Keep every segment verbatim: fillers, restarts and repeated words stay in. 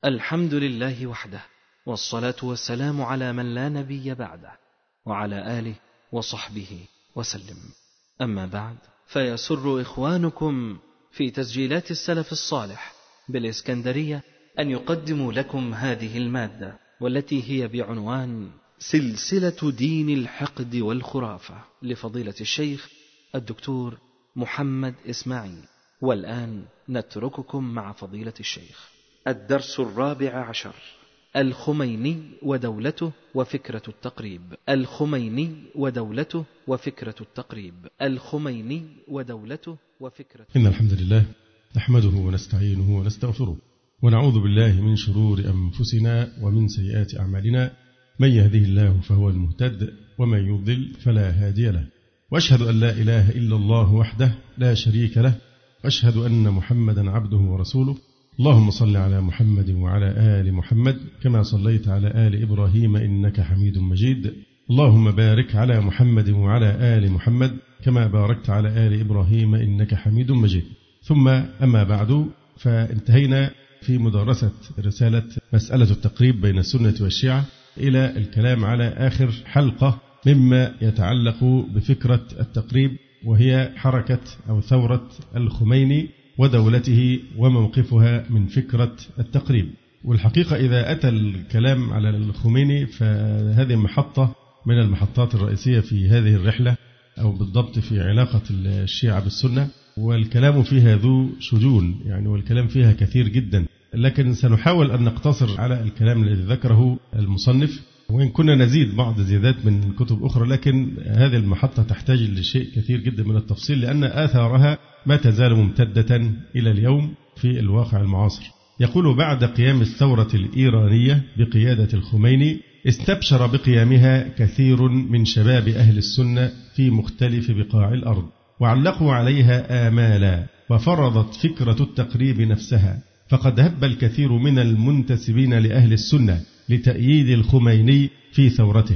الحمد لله وحده، والصلاة والسلام على من لا نبي بعده، وعلى آله وصحبه وسلم. أما بعد، فيسر إخوانكم في تسجيلات السلف الصالح بالإسكندرية أن يقدموا لكم هذه المادة، والتي هي بعنوان سلسلة دين الحقد والخرافة لفضيلة الشيخ الدكتور محمد إسماعيل. والآن نترككم مع فضيلة الشيخ. الدرس الرابع عشر: الخميني ودولته وفكرة التقريب. الخميني ودولته وفكرة التقريب. الخميني ودولته وفكرة. إن الحمد لله نحمده ونستعينه ونستغفره، ونعوذ بالله من شرور أنفسنا ومن سيئات أعمالنا. من يهده الله فهو المهتد، ومن يضلل فلا هادي له. وأشهد أن لا إله إلا الله وحده لا شريك له، وأشهد أن محمدا عبده ورسوله. اللهم صل على محمد وعلى آل محمد كما صليت على آل إبراهيم إنك حميد مجيد. اللهم بارك على محمد وعلى آل محمد كما باركت على آل إبراهيم إنك حميد مجيد. ثم أما بعد، فانتهينا في مدرسة رسالة مسألة التقريب بين السنة والشيعة إلى الكلام على آخر حلقة مما يتعلق بفكرة التقريب، وهي حركة أو ثورة الخميني ودولته وموقفها من فكرة التقريب. والحقيقة إذا أتى الكلام على الخميني فهذه محطة من المحطات الرئيسية في هذه الرحلة، أو بالضبط في علاقة الشيعة بالسنة، والكلام فيها ذو شجون يعني، والكلام فيها كثير جدا، لكن سنحاول أن نقتصر على الكلام الذي ذكره المصنف، وإن كنا نزيد بعض زيادات من كتب أخرى، لكن هذه المحطة تحتاج لشيء كثير جدا من التفصيل، لأن آثارها ما تزال ممتدة إلى اليوم في الواقع المعاصر. يقول: بعد قيام الثورة الإيرانية بقيادة الخميني، استبشر بقيامها كثير من شباب أهل السنة في مختلف بقاع الأرض، وعلقوا عليها آمالا، وفرضت فكرة التقريب نفسها، فقد هب الكثير من المنتسبين لأهل السنة لتأييد الخميني في ثورته.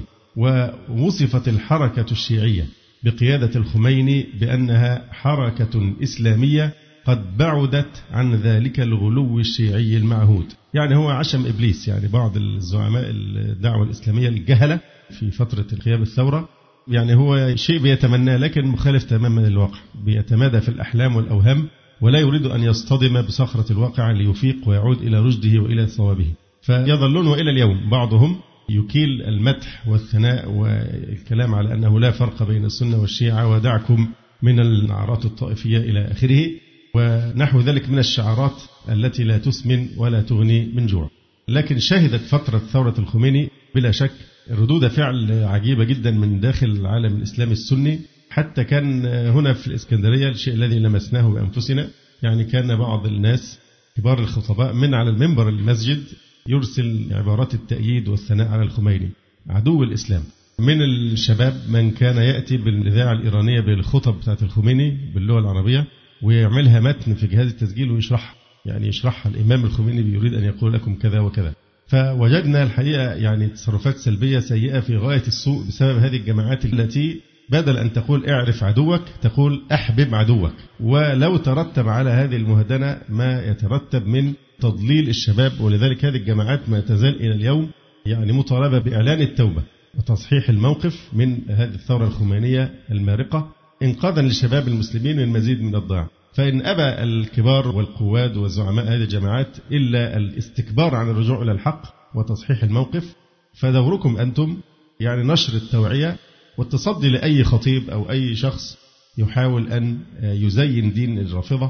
ووصفت الحركة الشيعية بقيادة الخميني بأنها حركة إسلامية قد بعدت عن ذلك الغلو الشيعي المعهود. يعني هو عشم إبليس، يعني بعض الزعماء الدعوة الإسلامية الجهلة في فترة قيام الثورة، يعني هو شيء بيتمناه لكن مخالف تماما للواقع، بيتمادى في الأحلام والأوهام، ولا يريد أن يصطدم بصخرة الواقع ليفيق ويعود إلى رشده وإلى صوابه. فيظلون إلى اليوم بعضهم يكيل المدح والثناء والكلام على أنه لا فرق بين السنة والشيعة، ودعكم من النعرات الطائفية إلى آخره، ونحو ذلك من الشعارات التي لا تسمن ولا تغني من جوع. لكن شهدت فترة ثورة الخميني بلا شك ردود فعل عجيبة جدا من داخل العالم الإسلامي السني، حتى كان هنا في الإسكندرية الشيء الذي لمسناه بأنفسنا. يعني كان بعض الناس كبار الخطباء من على المنبر المسجد يرسل عبارات التأييد والثناء على الخميني عدو الإسلام. من الشباب من كان يأتي بالإذاعة الإيرانية بالخطب بتاعت الخميني باللغة العربية ويعملها متن في جهاز التسجيل ويشرحها، يعني يشرحها الإمام الخميني بيريد أن يقول لكم كذا وكذا. فوجدنا الحقيقة يعني تصرفات سلبية سيئة في غاية السوء بسبب هذه الجماعات التي بدل أن تقول اعرف عدوك تقول احبب عدوك. ولو ترتب على هذه المهدنة ما يترتب من تضليل الشباب، ولذلك هذه الجماعات ما تزال إلى اليوم يعني مطالبة بإعلان التوبة وتصحيح الموقف من هذه الثورة الخمينية المارقة، إنقاذا للشباب المسلمين من مزيد من الضياع. فإن أبى الكبار والقواد وزعماء هذه الجماعات إلا الاستكبار عن الرجوع إلى الحق وتصحيح الموقف، فدوركم أنتم يعني نشر التوعية والتصدي لأي خطيب أو أي شخص يحاول أن يزين دين الرافضة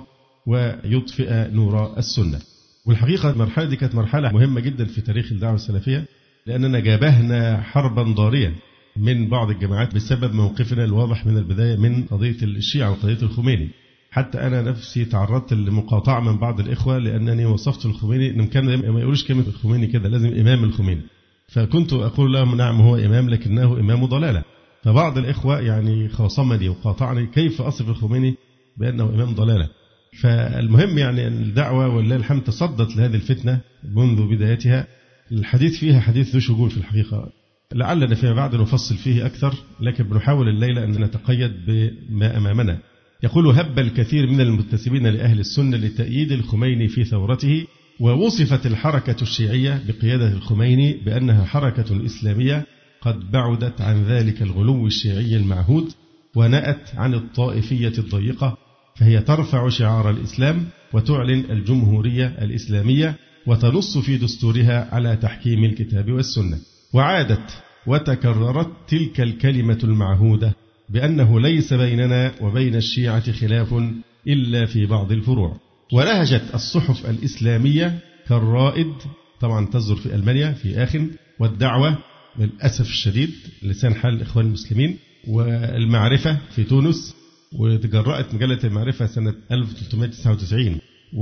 ويطفئ نور السنة. والحقيقة المرحلة دي كانت مرحلة مهمة جدا في تاريخ الدعوة السلفية، لأننا جابهنا حربا ضاريا من بعض الجماعات بسبب موقفنا الواضح من البداية من قضية الشيعة وقضية الخميني. حتى أنا نفسي تعرضت لمقاطعة من بعض الإخوة لأنني وصفت الخميني إن كان ما يقولوش كلمة الخميني كده، لازم إمام الخميني، فكنت أقول لهم نعم هو إمام لكنه إمام ضلالة. فبعض الإخوة يعني خاصمني وقاطعني كيف أصف الخميني بأنه إمام ضلالة. فالمهم يعني أن الدعوة والله الحمد تصدت لهذه الفتنة منذ بدايتها. الحديث فيها حديث ذو شجون في الحقيقة، لعلنا فيما بعد نفصل فيه أكثر، لكن بنحاول الليلة أن نتقيد بما أمامنا. يقول: هب الكثير من المنتسبين لأهل السنة لتأييد الخميني في ثورته، ووصفت الحركة الشيعية بقيادة الخميني بأنها حركة إسلامية قد بعدت عن ذلك الغلو الشيعي المعهود ونأت عن الطائفية الضيقة، فهي ترفع شعار الإسلام وتعلن الجمهورية الإسلامية وتنص في دستورها على تحكيم الكتاب والسنة. وعادت وتكررت تلك الكلمة المعهودة بأنه ليس بيننا وبين الشيعة خلاف إلا في بعض الفروع. ونهجت الصحف الإسلامية كالرائد، طبعا تصدر في ألمانيا في آخن، والدعوة للأسف الشديد لسان حال الإخوان المسلمين، والمعرفة في تونس، وتجرأت مجلة المعرفة سنة ألف وثلاثمائة وتسعة وتسعين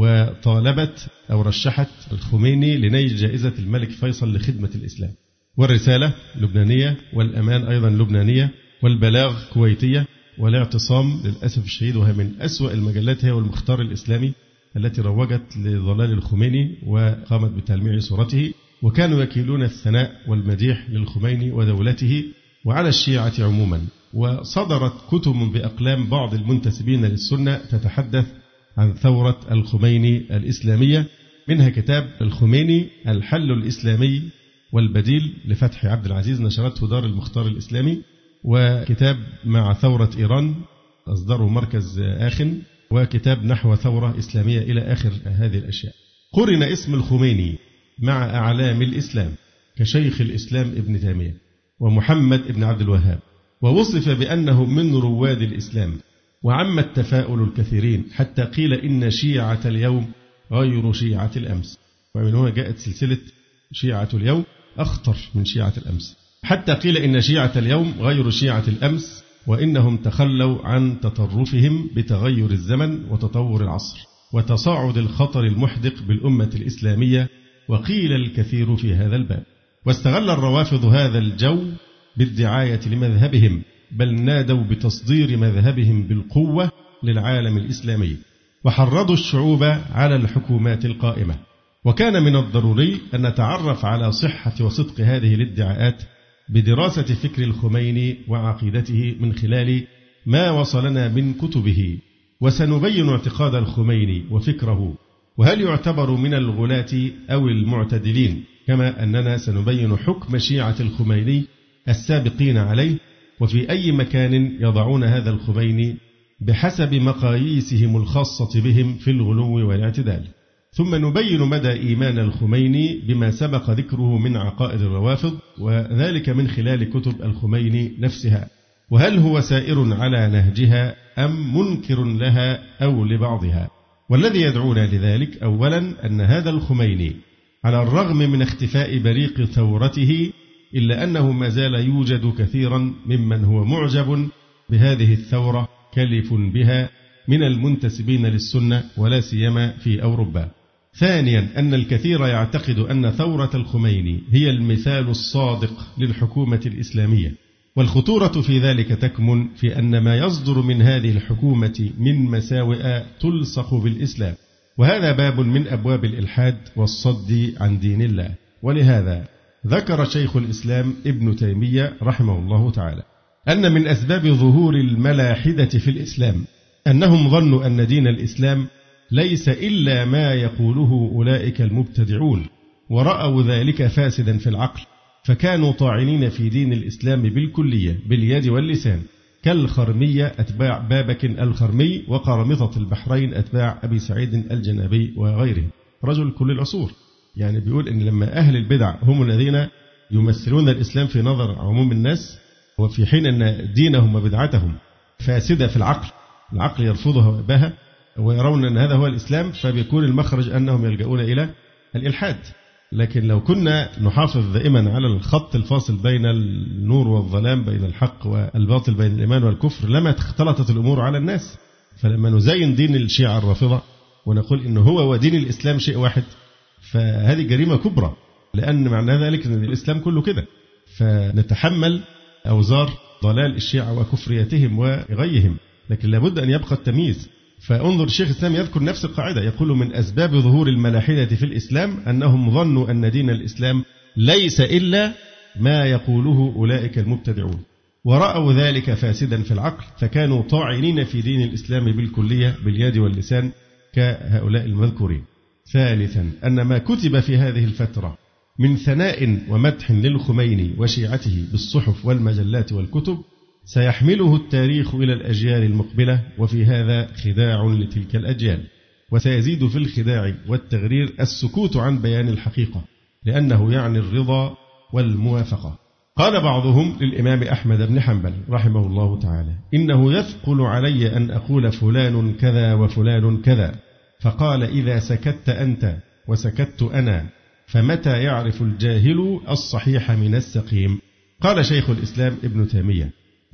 وطالبت أو رشحت الخميني لنيل جائزة الملك فيصل لخدمة الإسلام. والرسالة لبنانية، والأمان أيضا لبنانية، والبلاغ كويتية، والاعتصام للأسف الشديد وهي من أسوأ المجلات هي والمختار الإسلامي التي روجت لضلال الخميني وقامت بتلميع صورته، وكانوا يكيلون الثناء والمديح للخميني ودولته وعلى الشيعة عموما. وصدرت كتب بأقلام بعض المنتسبين للسنة تتحدث عن ثورة الخميني الإسلامية، منها كتاب الخميني الحل الإسلامي والبديل لفتحي عبد العزيز نشرته دار المختار الإسلامي، وكتاب مع ثورة إيران أصدره مركز آخن، وكتاب نحو ثورة إسلامية إلى آخر هذه الأشياء. قرن اسم الخميني مع أعلام الإسلام كشيخ الإسلام ابن تيمية ومحمد ابن عبد الوهاب، ووصف بأنه من رواد الإسلام، وعم التفاؤل الكثيرين حتى قيل إن شيعة اليوم غير شيعة الأمس، ومن هنا جاءت سلسلة شيعة اليوم أخطر من شيعة الأمس، حتى قيل إن شيعة اليوم غير شيعة الأمس، وإنهم تخلوا عن تطرفهم بتغير الزمن وتطور العصر وتصاعد الخطر المحدق بالأمة الإسلامية، وقيل الكثير في هذا الباب. واستغل الروافض هذا الجو بالدعاية لمذهبهم، بل نادوا بتصدير مذهبهم بالقوة للعالم الإسلامي، وحرضوا الشعوب على الحكومات القائمة. وكان من الضروري أن نتعرف على صحة وصدق هذه الادعاءات بدراسة فكر الخميني وعقيدته من خلال ما وصلنا من كتبه، وسنبين اعتقاد الخميني وفكره، وهل يعتبر من الغلاة أو المعتدلين، كما أننا سنبين حكم شيعة الخميني السابقين عليه، وفي أي مكان يضعون هذا الخميني بحسب مقاييسهم الخاصة بهم في الغلو والاعتدال. ثم نبين مدى إيمان الخميني بما سبق ذكره من عقائد الروافض، وذلك من خلال كتب الخميني نفسها، وهل هو سائر على نهجها أم منكر لها أو لبعضها. والذي يدعونا لذلك أولا أن هذا الخميني على الرغم من اختفاء بريق ثورته إلا أنه ما زال يوجد كثيرا ممن هو معجب بهذه الثورة كلف بها من المنتسبين للسنة ولا سيما في أوروبا. ثانيا أن الكثير يعتقد أن ثورة الخميني هي المثال الصادق للحكومة الإسلامية، والخطورة في ذلك تكمن في أن ما يصدر من هذه الحكومة من مساوئ تلصق بالإسلام، وهذا باب من أبواب الإلحاد والصد عن دين الله. ولهذا ذكر شيخ الإسلام ابن تيمية رحمه الله تعالى أن من أسباب ظهور الملاحدة في الإسلام أنهم ظنوا أن دين الإسلام ليس إلا ما يقوله أولئك المبتدعون، ورأوا ذلك فاسدا في العقل، فكانوا طاعنين في دين الإسلام بالكلية باليد واللسان، كالخرمية أتباع بابك الخرمي، وقرمطة البحرين أتباع أبي سعيد الجنابي وغيره، رجل كل العصور. يعني بيقول إن لما أهل البدع هم الذين يمثلون الإسلام في نظر عموم الناس، وفي حين أن دينهم وبدعتهم فاسدة في العقل، العقل يرفضها ويأباها، ويرون أن هذا هو الإسلام، فبيكون المخرج أنهم يلجؤون إلى الإلحاد. لكن لو كنا نحافظ دائما على الخط الفاصل بين النور والظلام، بين الحق والباطل، بين الإيمان والكفر، لما اختلطت الأمور على الناس. فلما نزين دين الشيعة الرافضة ونقول إنه هو ودين الإسلام شيء واحد، فهذه جريمة كبرى، لأن معنى ذلك أن الإسلام كله كده، فنتحمل أوزار ضلال الشيعة وكفريتهم وغيهم، لكن لابد أن يبقى التمييز. فانظر الشيخ الإسلام يذكر نفس القاعدة، يقول من أسباب ظهور الملاحدة في الإسلام أنهم ظنوا أن دين الإسلام ليس إلا ما يقوله أولئك المبتدعون، ورأوا ذلك فاسدا في العقل، فكانوا طاعنين في دين الإسلام بالكلية باليد واللسان كهؤلاء المذكورين. ثالثا أن ما كتب في هذه الفترة من ثناء ومدح للخميني وشيعته بالصحف والمجلات والكتب سيحمله التاريخ إلى الأجيال المقبلة، وفي هذا خداع لتلك الأجيال، وسيزيد في الخداع والتغرير السكوت عن بيان الحقيقة، لأنه يعني الرضا والموافقة. قال بعضهم للإمام أحمد بن حنبل رحمه الله تعالى: إنه يثقل علي أن أقول فلان كذا وفلان كذا، فقال: إذا سكت أنت وسكت أنا فمتى يعرف الجاهل الصحيح من السقيم. قال شيخ الإسلام ابن تيمية: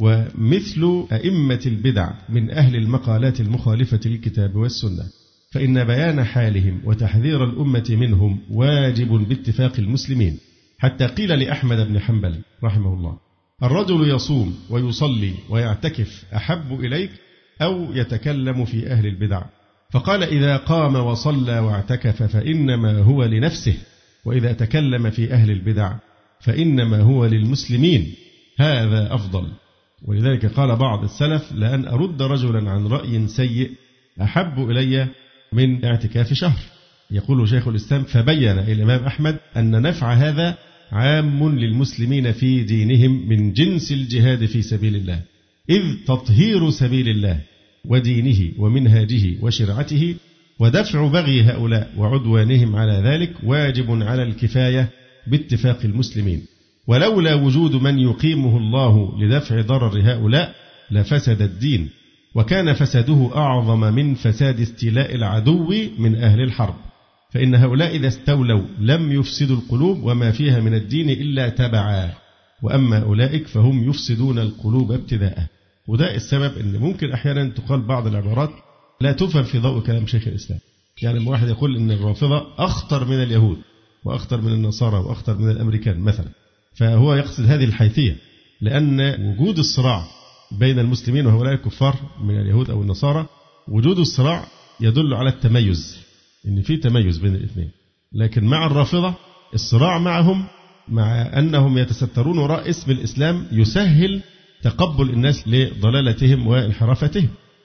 ومثل أئمة البدع من أهل المقالات المخالفة للكتاب والسنة، فإن بيان حالهم وتحذير الأمة منهم واجب باتفاق المسلمين، حتى قيل لأحمد بن حنبل رحمه الله: الرجل يصوم ويصلي ويعتكف أحب إليك أو يتكلم في أهل البدع؟ فقال: إذا قام وصلى واعتكف فإنما هو لنفسه، وإذا تكلم في أهل البدع فإنما هو للمسلمين، هذا أفضل. ولذلك قال بعض السلف: لأن أرد رجلا عن رأي سيء أحب إلي من اعتكاف شهر. يقول شيخ الإسلام: فبين الإمام أحمد أن نفع هذا عام للمسلمين في دينهم من جنس الجهاد في سبيل الله، إذ تطهير سبيل الله ودينه ومنهاجه وشرعته ودفع بغي هؤلاء وعدوانهم على ذلك واجب على الكفاية باتفاق المسلمين، ولولا وجود من يقيمه الله لدفع ضرر هؤلاء لفسد الدين، وكان فساده أعظم من فساد استيلاء العدو من أهل الحرب، فإن هؤلاء إذا استولوا لم يفسدوا القلوب وما فيها من الدين إلا تبعا، وأما أولئك فهم يفسدون القلوب ابتداء. وده السبب أن ممكن أحيانا تقال بعض العبارات لا تفهم في ضوء كلام شيخ الإسلام. يعني واحد يقول أن الرافضة أخطر من اليهود وأخطر من النصارى وأخطر من الأمريكان مثلا، فهو يقصد هذه الحيثية، لأن وجود الصراع بين المسلمين وهؤلاء الكفار من اليهود أو النصارى، وجود الصراع يدل على التميز، إن في تميز بين الاثنين. لكن مع الرافضة الصراع معهم مع أنهم يتسترون وراء اسم الإسلام يسهل تقبل الناس لضلالتهم وانحرافتهم.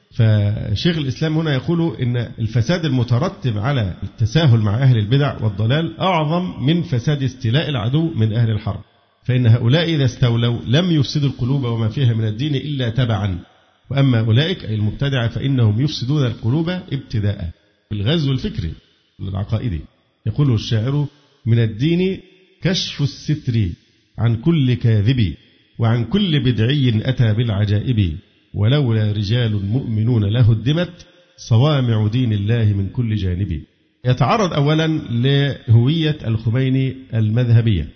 فشيخ الإسلام هنا يقول إن الفساد المترتب على التساهل مع أهل البدع والضلال أعظم من فساد استيلاء العدو من أهل الحرب، فإن هؤلاء إذا استولوا لم يفسدوا القلوب وما فيها من الدين إلا تبعا، وأما أولئك أي المبتدعة فإنهم يفسدون القلوب ابتداء بالغزو الفكري العقائدي. يقول الشاعر: من الدين كشف الستر عن كل كاذب، وعن كل بدعي أتى بالعجائب، ولولا رجال مؤمنون لهدمت صوامع دين الله من كل جانب. يتعرض أولا لهوية الخميني المذهبية،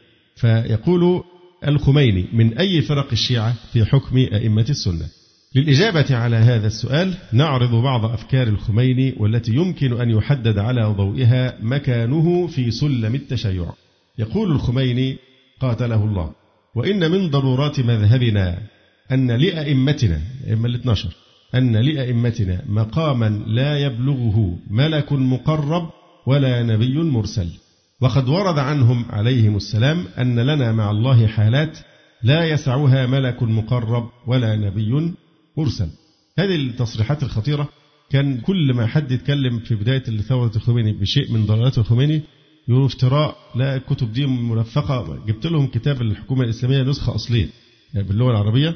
فيقول: الخميني من أي فرق الشيعة في حكم أئمة السنة؟ للإجابة على هذا السؤال نعرض بعض أفكار الخميني والتي يمكن أن يحدد على ضوئها مكانه في سلم التشيع. يقول الخميني قاتله الله: وإن من ضرورات مذهبنا أن لأئمتنا الأئمة الاثنى عشر أن لأئمتنا مقاما لا يبلغه ملك مقرب ولا نبي مرسل، وقد ورد عنهم عليهم السلام أن لنا مع الله حالات لا يسعها ملك مقرب ولا نبي مرسل. هذه التصريحات الخطيرة كان كل ما حد يتكلم في بداية ثورة الخميني بشيء من ضلالات الخميني يقولوا افتراء، لا الكتب دي ملفقة. جبت لهم كتاب الحكومة الإسلامية نسخة أصلية باللغة العربية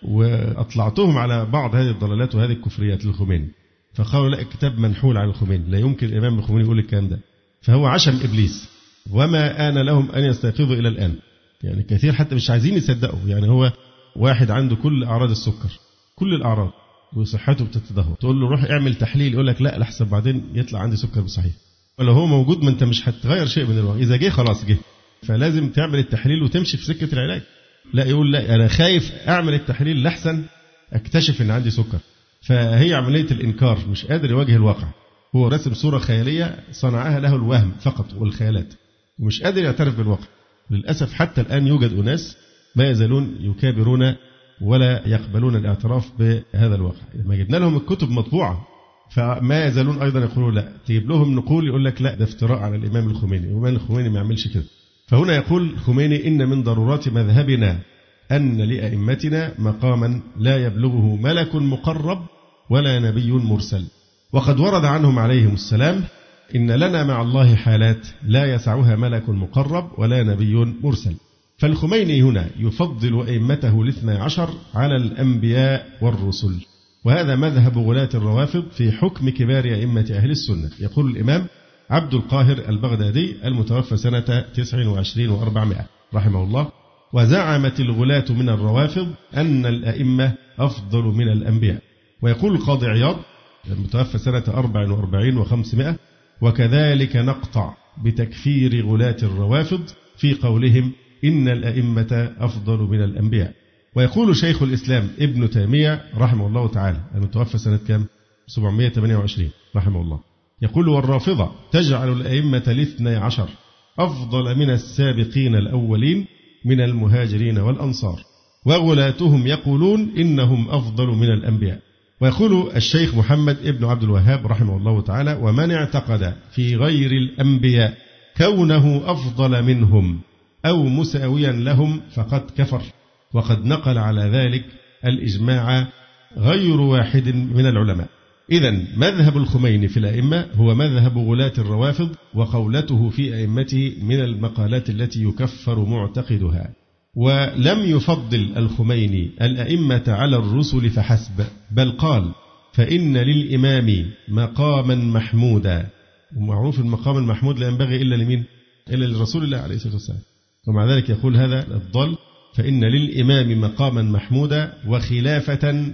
وأطلعتهم على بعض هذه الضلالات وهذه الكفريات للخميني، فقالوا لا الكتاب منحول على الخميني، لا يمكن الإمام الخميني يقول الكلام ده، فهو عشم إبليس وما آن لهم أن يستيقظوا إلى الآن. يعني كثير حتى مش عايزين يصدقوا. يعني هو واحد عنده كل أعراض السكر، كل الأعراض وصحته بتتدهور، تقول له روح اعمل تحليل يقول لك لا لحسن بعدين يطلع عندي سكر بصحيح. ولو هو موجود ما أنت مش هتغير شيء من الواقع، إذا جه خلاص جه، فلازم تعمل التحليل وتمشي في سكة العلاج. لا يقول لا أنا خايف أعمل التحليل لحسن أكتشف إن عندي سكر. فهي عملية الإنكار، مش قادر يواجه الواقع، هو رسم صورة خيالية صنعها له الوهم فقط والخيالات، ومش قادر يعترف بالواقع. للأسف حتى الآن يوجد أناس ما يزالون يكابرون ولا يقبلون الاعتراف بهذا الواقع. لما جبنا لهم الكتب مطبوعة فما يزالون أيضا يقولون لا، تجيب لهم نقول يقول لك لا ده افتراء على الإمام الخميني، والإمام الخميني ما يعملش كده. فهنا يقول الخميني: إن من ضرورات مذهبنا أن لأئمتنا مقاما لا يبلغه ملك مقرب ولا نبي مرسل، وقد ورد عنهم عليهم السلام إن لنا مع الله حالات لا يسعها ملك مقرب ولا نبي مرسل. فالخميني هنا يفضل أئمته الاثنى عشر على الأنبياء والرسل، وهذا مذهب غلاة الروافض في حكم كبار أئمة أهل السنة. يقول الإمام عبد القاهر البغدادي المتوفى سنة تسع وعشرين وأربعمائة رحمه الله: وزعمت الغلاة من الروافض أن الأئمة أفضل من الأنبياء. ويقول القاضي عياض المتوفى سنة أربع وأربعين وخمسمائة: وكذلك نقطع بتكفير غلاة الروافض في قولهم إن الأئمة أفضل من الأنبياء. ويقول شيخ الإسلام ابن تيمية رحمه الله تعالى المتوفى سنة كم؟ سبعمائة وثمانية وعشرين رحمه الله، يقول: والرافضة تجعل الأئمة الاثني عشر أفضل من السابقين الأولين من المهاجرين والأنصار، وغلاتهم يقولون إنهم أفضل من الأنبياء. ويقول الشيخ محمد ابن عبد الوهاب رحمه الله تعالى: ومن اعتقد في غير الأنبياء كونه أفضل منهم أو مساويا لهم فقد كفر. وقد نقل على ذلك الإجماع غير واحد من العلماء. إذن مذهب الخميني في الأئمة هو مذهب غلاة الروافض، وقولته في أئمته من المقالات التي يكفر معتقدها. ولم يفضل الخميني الأئمة على الرسل فحسب، بل قال: فإن للإمام مقاما محمودا. ومعروف المقام المحمود لا ينبغي إلا لمين؟ إلا لرسول الله عليه الصلاة والسلام. ومع ذلك يقول هذا الضال: فإن للإمام مقاما محمودا وخلافة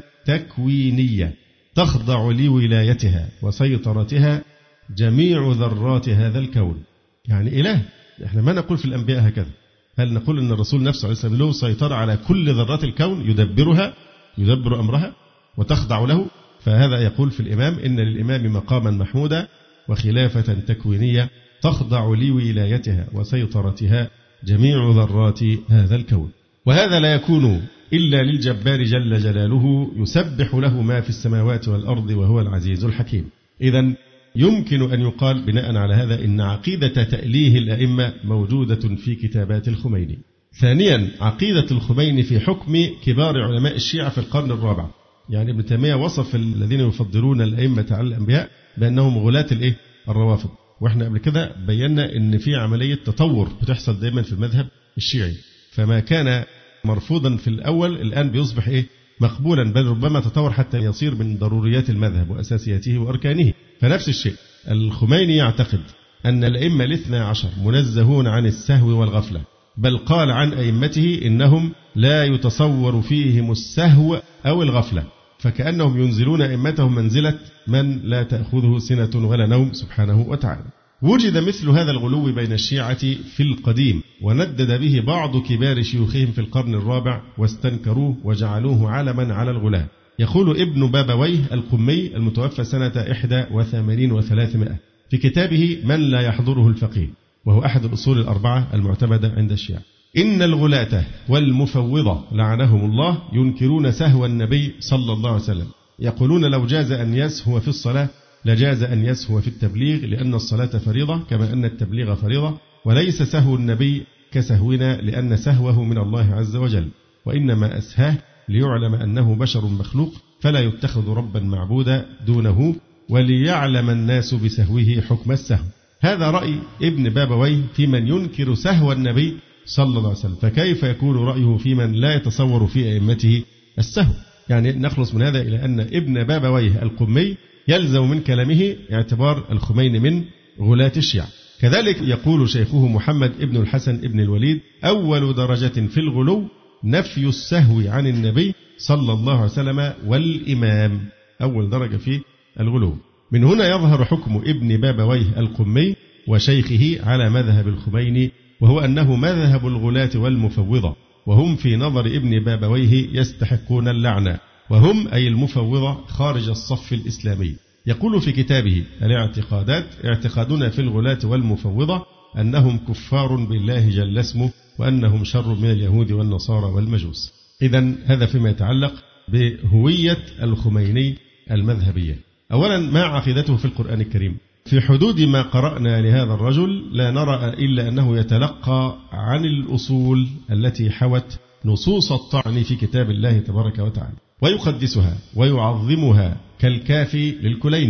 تكوينية تخضع لولايتها وسيطرتها جميع ذرات هذا الكون. يعني إله. إحنا ما نقول في الأنبياء هكذا. هل نقول أن الرسول نفسه عليه السلام له سيطرة على كل ذرات الكون، يدبرها يدبر أمرها وتخضع له؟ فهذا يقول في الإمام: إن للإمام مقاما محمودا وخلافة تكوينية تخضع لولايتها وسيطرتها جميع ذرات هذا الكون. وهذا لا يكون إلا للجبار جل جلاله يسبح له ما في السماوات والأرض وهو العزيز الحكيم. إذن يمكن أن يقال بناء على هذا إن عقيدة تأليه الأئمة موجودة في كتابات الخميني. ثانيا، عقيدة الخميني في حكم كبار علماء الشيعة في القرن الرابع. يعني ابن تيمية وصف الذين يفضلون الأئمة على الأنبياء بأنهم غلاة الإيه؟ الروافض. وإحنا قبل كده بينا إن في عملية تطور بتحصل دائما في المذهب الشيعي، فما كان مرفوضا في الأول الآن بيصبح إيه؟ مقبولا، بل ربما تطور حتى يصير من ضروريات المذهب وأساسياته وأركانه. فنفس الشيء الخميني يعتقد أن الأئمة الاثنى عشر منزهون عن السهو والغفلة، بل قال عن أئمته إنهم لا يتصور فيهم السهو أو الغفلة، فكأنهم ينزلون أئمتهم منزلة من لا تأخذه سنة ولا نوم سبحانه وتعالى. وجد مثل هذا الغلو بين الشيعة في القديم، وندد به بعض كبار شيوخهم في القرن الرابع واستنكروه وجعلوه علما على الغلاة. يقول ابن بابويه القمي المتوفى سنة إحدى وثمانين وثلاثمائة في كتابه من لا يحضره الفقيه، وهو أحد الأصول الأربعة المعتمدة عند الشيعة: إن الغلاة والمفوضة لعنهم الله ينكرون سهو النبي صلى الله عليه وسلم، يقولون لو جاز أن يسهو في الصلاة لجاز أن يسهو في التبليغ، لأن الصلاة فريضة كما أن التبليغ فريضة، وليس سهو النبي كسهونا لأن سهوه من الله عز وجل، وإنما أسهاه ليعلم أنه بشر مخلوق فلا يتخذ ربا معبودا دونه، وليعلم الناس بسهوه حكم السهو. هذا رأي ابن بابويه في من ينكر سهو النبي صلى الله عليه وسلم، فكيف يكون رأيه في من لا يتصور في أئمته السهو؟ يعني نخلص من هذا إلى أن ابن بابويه القمي يلزم من كلامه اعتبار الخميني من غلاة الشيعة. كذلك يقول شيخه محمد ابن الحسن ابن الوليد: أول درجة في الغلو نفي السهو عن النبي صلى الله عليه وسلم والإمام، أول درجة في الغلو. من هنا يظهر حكم ابن بابويه القمي وشيخه على مذهب الخميني، وهو أنه مذهب الغلاة والمفوضة، وهم في نظر ابن بابويه يستحقون اللعنة، وهم أي المفوضة خارج الصف الإسلامي. يقول في كتابه الاعتقادات: اعتقادنا في الغلاة والمفوضة أنهم كفار بالله جل اسمه، وأنهم شر من اليهود والنصارى والمجوس. إذن هذا فيما يتعلق بهوية الخميني المذهبية. أولا، ما عقيدته في القرآن الكريم؟ في حدود ما قرأنا لهذا الرجل لا نرى إلا أنه يتلقى عن الأصول التي حوت نصوص الطعن في كتاب الله تبارك وتعالى، ويقدسها ويعظمها كالكافي للكليني،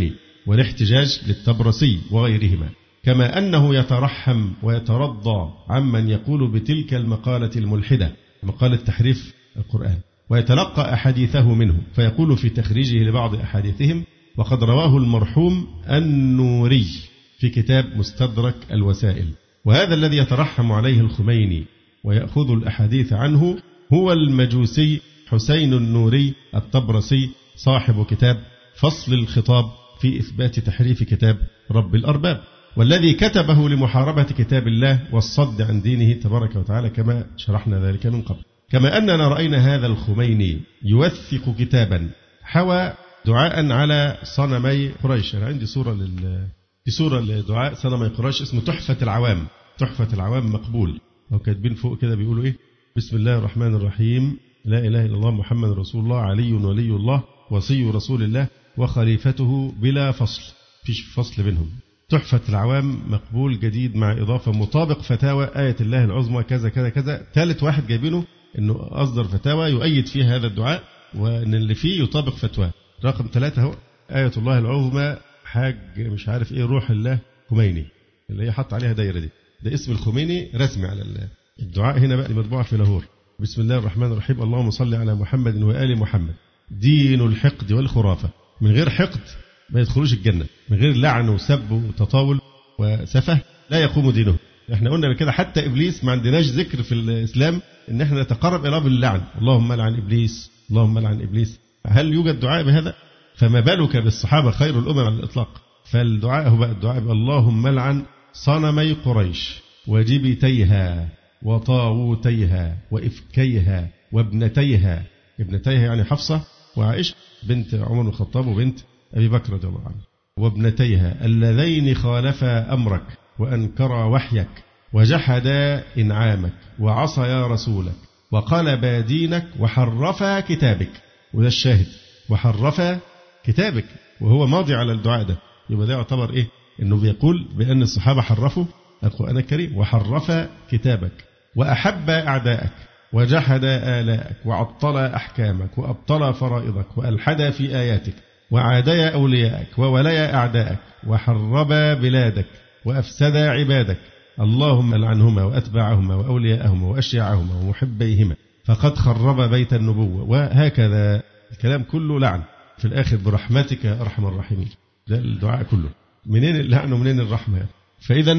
والاحتجاج للطبرسي وغيرهما، كما أنه يترحم ويترضى عمن يقول بتلك المقالة الملحدة، مقالة تحريف القرآن، ويتلقى أحاديثه منه، فيقول في تخريجه لبعض أحاديثهم: وقد رواه المرحوم النوري في كتاب مستدرك الوسائل. وهذا الذي يترحم عليه الخميني ويأخذ الأحاديث عنه هو المجوسي حسين النوري الطبرسي صاحب كتاب فصل الخطاب في إثبات تحريف كتاب رب الأرباب، والذي كتبه لمحاربة كتاب الله والصد عن دينه تبارك وتعالى، كما شرحنا ذلك من قبل. كما أننا رأينا هذا الخميني يوثق كتابا حوى دعاء على صنمي قريش. أنا عندي صورة لل في صورة لدعاء صنمي قريش اسمه تحفة العوام. تحفة العوام مقبول، أو كاتبين فوق كده بيقولوا إيه: بسم الله الرحمن الرحيم، لا إله إلا الله محمد رسول الله، علي ولي الله، وصي رسول الله، وخليفته بلا فصل، فيش فصل بينهم. تحفة العوام مقبول جديد مع إضافة مطابق فتاوى آية الله العظمى كذا كذا كذا. ثالث واحد جايبينه إنه أصدر فتاوى يؤيد فيها هذا الدعاء، وإن اللي فيه يطابق فتوى. رقم ثلاثة هو آية الله العظمى حاج مش عارف إيه روح الله خميني، اللي هي حط عليها دايرة دي، ده اسم الخميني رسمي على الدعاء. هنا بقى مطبوعة في لاهور: بسم الله الرحمن الرحيم، اللهم صل على محمد وآل محمد، دين الحقد والخرافة. من غير حقد ما يدخلوش الجنة، من غير لعن وسب وتطاول وسفه لا يقوم دينه. احنا قلنا كده حتى إبليس ما عندناش ذكر في الإسلام إن احنا نتقرب إلى باللعن، اللهم لعن إبليس، اللهم لعن إبليس. هل يوجد دعاء بهذا؟ فما بالك بالصحابة خير الأمم على الإطلاق. فالدعاء هو بقى الدعاء: اللهم لعن صنمي قريش وجبتيها وطاغوتيها وإفكيها وابنتيها. ابنتيها يعني حفصة وعائشة بنت عمر بن الخطاب وبنت أبي بكر رضي الله عنه، وابنتيها اللذين خالفا أمرك وأنكرا وحيك وجحدا إنعامك وعصيا رسولك وقلبا دينك وحرفا كتابك. وده الشاهد: وحرفا كتابك، وهو ماضي على الدعاء ده. يبقى ده يعتبر إيه؟ إنه بيقول بأن الصحابة حرفوا القرآن الكريم. وحرفا كتابك وأحب أعداءك وجحد آلاءك وعطل أحكامك وأبطل فرائضك وألحد في آياتك وعادي أولياءك وولي أعداءك وحربا بلادك وأفسدا عبادك، اللهم لعنهما وأتباعهما وأولياءهما وأشياعهما ومحبيهما، فقد خرب بيت النبوة. وهكذا الكلام كله لعن في الآخر: برحمتك يا أرحم الراحمين. ده الدعاء كله. منين اللعن ومنين الرحمة؟ فإذا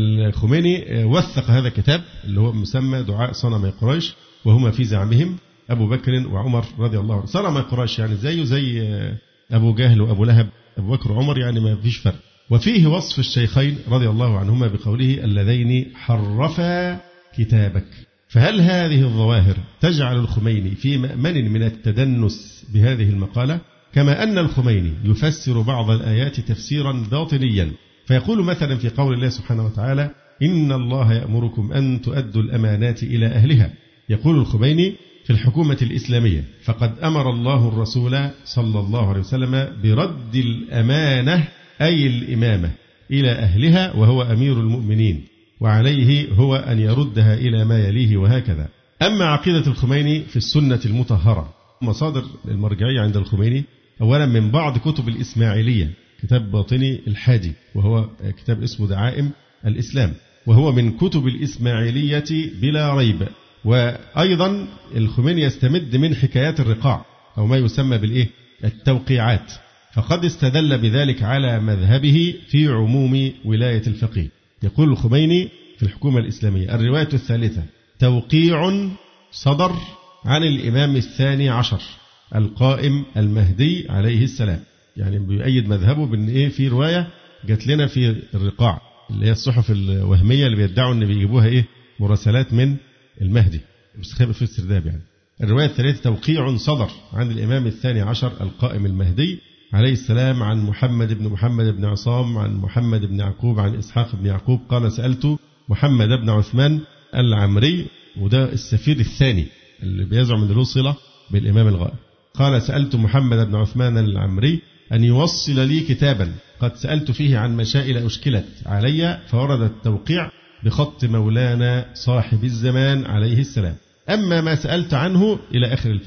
الخميني وثق هذا الكتاب اللي هو مسمى دعاء صنمي قريش، وهما في زعمهم أبو بكر وعمر رضي الله عنه. صنمي قريش يعني زيه زي أبو جهل وأبو لهب، أبو بكر وعمر يعني ما فيش فرق. وفيه وصف الشيخين رضي الله عنهما بقوله: اللذين حرفا كتابك. فهل هذه الظواهر تجعل الخميني في مأمن من التدنس بهذه المقالة؟ كما أن الخميني يفسر بعض الآيات تفسيرا باطنيا، فيقول مثلا في قول الله سبحانه وتعالى: إن الله يأمركم أن تؤدوا الأمانات إلى أهلها. يقول الخميني في الحكومة الإسلامية: فقد أمر الله الرسول صلى الله عليه وسلم برد الأمانة أي الإمامة إلى أهلها وهو أمير المؤمنين، وعليه هو أن يردها إلى ما يليه، وهكذا. أما عقيدة الخميني في السنة المطهرة، مصادر المرجعية عند الخميني أولا من بعض كتب الإسماعيلية، كتاب باطني الحادي وهو كتاب اسمه دعائم الإسلام، وهو من كتب الإسماعيلية بلا ريب. وأيضا الخميني يستمد من حكايات الرقاع أو ما يسمى بالإيه التوقيعات، فقد استدل بذلك على مذهبه في عموم ولاية الفقيه. يقول الخميني في الحكومة الإسلامية: الرواية الثالثة توقيع صدر عن الإمام الثاني عشر القائم المهدي عليه السلام. يعني بيؤيد مذهبه بأن إيه في رواية جات لنا في الرقاع اللي هي الصحف الوهمية اللي بيدعوا أن بيجيبوها إيه مراسلات من المهدي، مستخبى في السرداب. يعني الرواية الثالثة توقيع صدر عن الإمام الثاني عشر القائم المهدي عليه السلام عن محمد بن محمد بن عصام عن محمد بن يعقوب عن إسحاق بن يعقوب قال: سألت محمد بن عثمان العمري، وده السفير الثاني اللي بيزعم أنه له صلة بالإمام الغائب. قال: سألت محمد بن عثمان العمري أن يوصل لي كتابا قد سألت فيه عن مشائل أشكلت علي، فورد التوقيع بخط مولانا صاحب الزمان عليه السلام. أما ما سألت عنه إلى آخر الفتوى.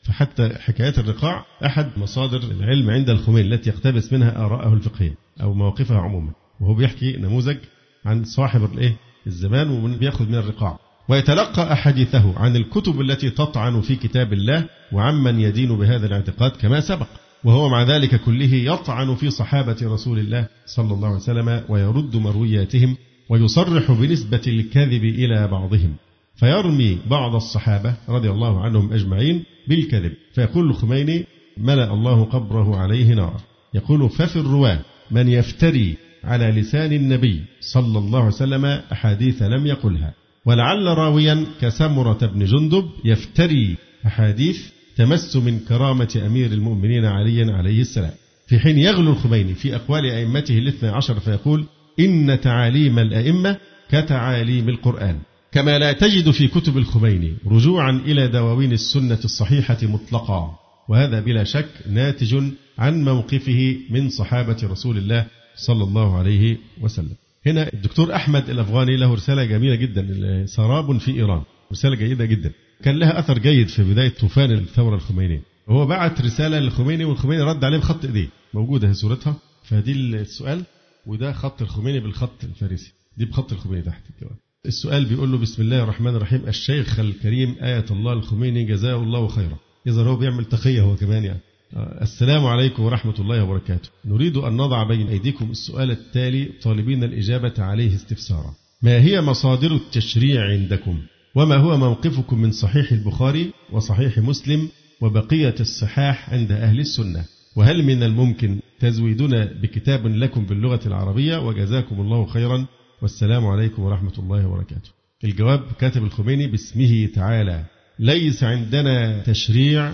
فحتى حكايات الرقاع أحد مصادر العلم عند الخميني التي يقتبس منها آراءه الفقهية أو مواقفها عموما، وهو بيحكي نموذج عن صاحب الإيه الزمان ومن بيأخذ من الرقاع، ويتلقى أحاديثه عن الكتب التي تطعن في كتاب الله وعمن يدين بهذا الاعتقاد كما سبق، وهو مع ذلك كله يطعن في صحابة رسول الله صلى الله عليه وسلم ويرد مروياتهم ويصرح بنسبة الكذب إلى بعضهم، فيرمي بعض الصحابة رضي الله عنهم أجمعين بالكذب، فيقول الخميني ملأ الله قبره عليه نار. يقول ففي الرواة من يفتري على لسان النبي صلى الله عليه وسلم أحاديث لم يقلها، ولعل راويا كسمرة بن جندب يفتري أحاديث تمس من كرامة أمير المؤمنين علي عليه السلام، في حين يغلو الخميني في أقوال أئمته الاثنى عشر فيقول إن تعاليم الأئمة كتعاليم القرآن، كما لا تجد في كتب الخميني رجوعا إلى دواوين السنة الصحيحة مطلقا، وهذا بلا شك ناتج عن موقفه من صحابة رسول الله صلى الله عليه وسلم. هنا الدكتور أحمد الأفغاني له رسالة جميلة جدا، سراب في إيران، رسالة جيدة جدا كان لها أثر جيد في بداية طوفان الثورة الخمينية. هو بعت رسالة للخميني والخميني رد عليه بخط إيديه، موجودة صورتها، فدي السؤال، وده خط الخميني بالخط الفارسي، دي بخط الخميني تحت كمان. السؤال بيقول له بسم الله الرحمن الرحيم، الشيخ الكريم آية الله الخميني جزاه الله خيرا، إذا هو بيعمل تقية هو كمان يعني. السلام عليكم ورحمة الله وبركاته، نريد أن نضع بين أيديكم السؤال التالي طالبين الإجابة عليه استفسارا: ما هي مصادر التشريع عندكم؟ وما هو موقفكم من صحيح البخاري وصحيح مسلم وبقية الصحاح عند أهل السنة؟ وهل من الممكن تزويدنا بكتاب لكم باللغة العربية؟ وجزاكم الله خيرا والسلام عليكم ورحمة الله وبركاته. الجواب كاتب الخميني باسمه تعالى: ليس عندنا تشريع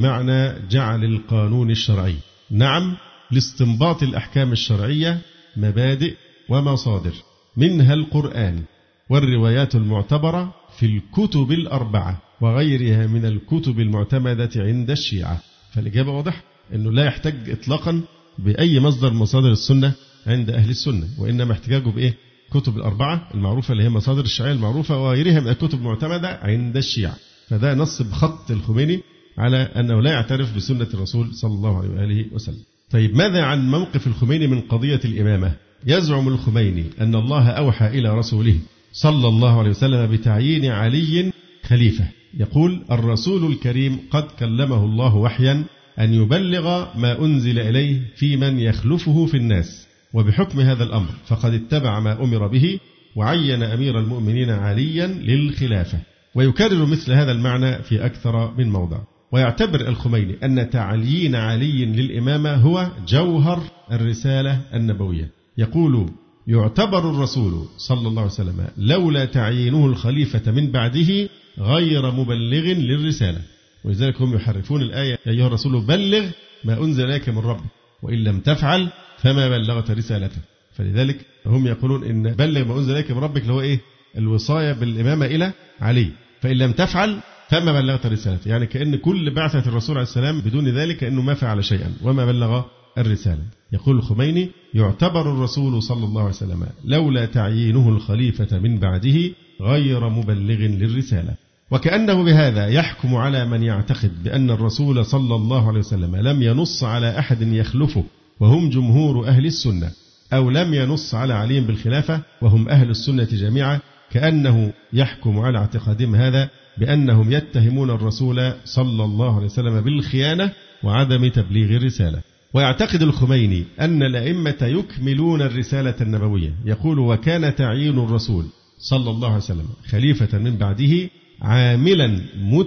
بمعنى جعل القانون الشرعي، نعم لاستنباط الأحكام الشرعية مبادئ ومصادر، منها القرآن والروايات المعتبرة في الكتب الأربعة وغيرها من الكتب المعتمدة عند الشيعة. فالإجابة واضحة أنه لا يحتاج إطلاقا بأي مصدر مصادر السنة عند أهل السنة، وإنما احتجاجه بإيه؟ كتب الأربعة المعروفة اللي هي مصادر الشيعية المعروفة وغيرها من الكتب المعتمدة عند الشيعة. فده نص بخط الخميني على أنه لا يعترف بسنة الرسول صلى الله عليه وآله وسلم. طيب ماذا عن موقف الخميني من قضية الإمامة؟ يزعم الخميني أن الله أوحى إلى رسوله صلى الله عليه وسلم بتعيين علي خليفة. يقول الرسول الكريم قد كلمه الله وحيا أن يبلغ ما أنزل إليه في من يخلفه في الناس، وبحكم هذا الأمر فقد اتبع ما أمر به وعين أمير المؤمنين عليا للخلافة. ويكرر مثل هذا المعنى في أكثر من موضع. ويعتبر الخميني أن تعيين علي للإمامة هو جوهر الرسالة النبوية. يقول يعتبر الرسول صلى الله عليه وسلم لولا تعيينه الخليفة من بعده غير مبلغ للرسالة، ولذلك هم يحرفون الآية يا أيها الرسول بلغ ما أنزل إليك من ربك وإن لم تفعل فما بلغت رسالته. فلذلك هم يقولون إن بلغ ما أنزل إليك من ربك اللي هو إيه؟ الوصاية بالإمامة إلى علي، فإن لم تفعل فما بلغت رسالته، يعني كأن كل بعثة الرسول عليه السلام بدون ذلك كأنه ما فعل شيئا وما بلغ الرسالة. يقول الخميني يعتبر الرسول صلى الله عليه وسلم لولا تعيينه الخليفة من بعده غير مبلغ للرسالة، وكأنه بهذا يحكم على من يعتقد بأن الرسول صلى الله عليه وسلم لم ينص على أحد يخلفه وهم جمهور أهل السنة، أو لم ينص على علي بالخلافة وهم أهل السنة جميعا، كأنه يحكم على اعتقادهم هذا بأنهم يتهمون الرسول صلى الله عليه وسلم بالخيانة وعدم تبليغ الرسالة. ويعتقد الخميني أن الأئمة يكملون الرسالة النبوية. يقول وكان تعيين الرسول صلى الله عليه وسلم خليفة من بعده عاملا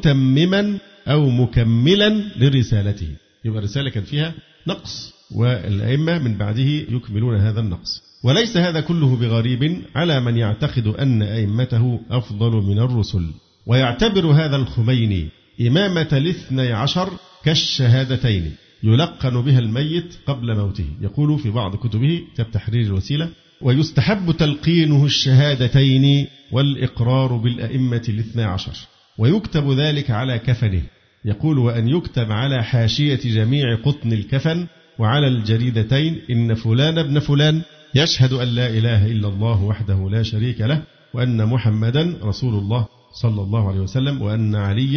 متمما أو مكملا لرسالته، يبقى الرسالة كان فيها نقص والأئمة من بعده يكملون هذا النقص. وليس هذا كله بغريب على من يعتقد أن أئمته أفضل من الرسل. ويعتبر هذا الخميني إمامة الاثني عشر كالشهادتين يلقن بها الميت قبل موته. يقول في بعض كتبه كتحرير الوسيلة ويستحب تلقينه الشهادتين والإقرار بالأئمة الاثني عشر، ويكتب ذلك على كفنه. يقول وأن يكتب على حاشية جميع قطن الكفن وعلى الجريدتين إن فلان ابن فلان يشهد أن لا إله إلا الله وحده لا شريك له وأن محمدا رسول الله صلى الله عليه وسلم وأن عليا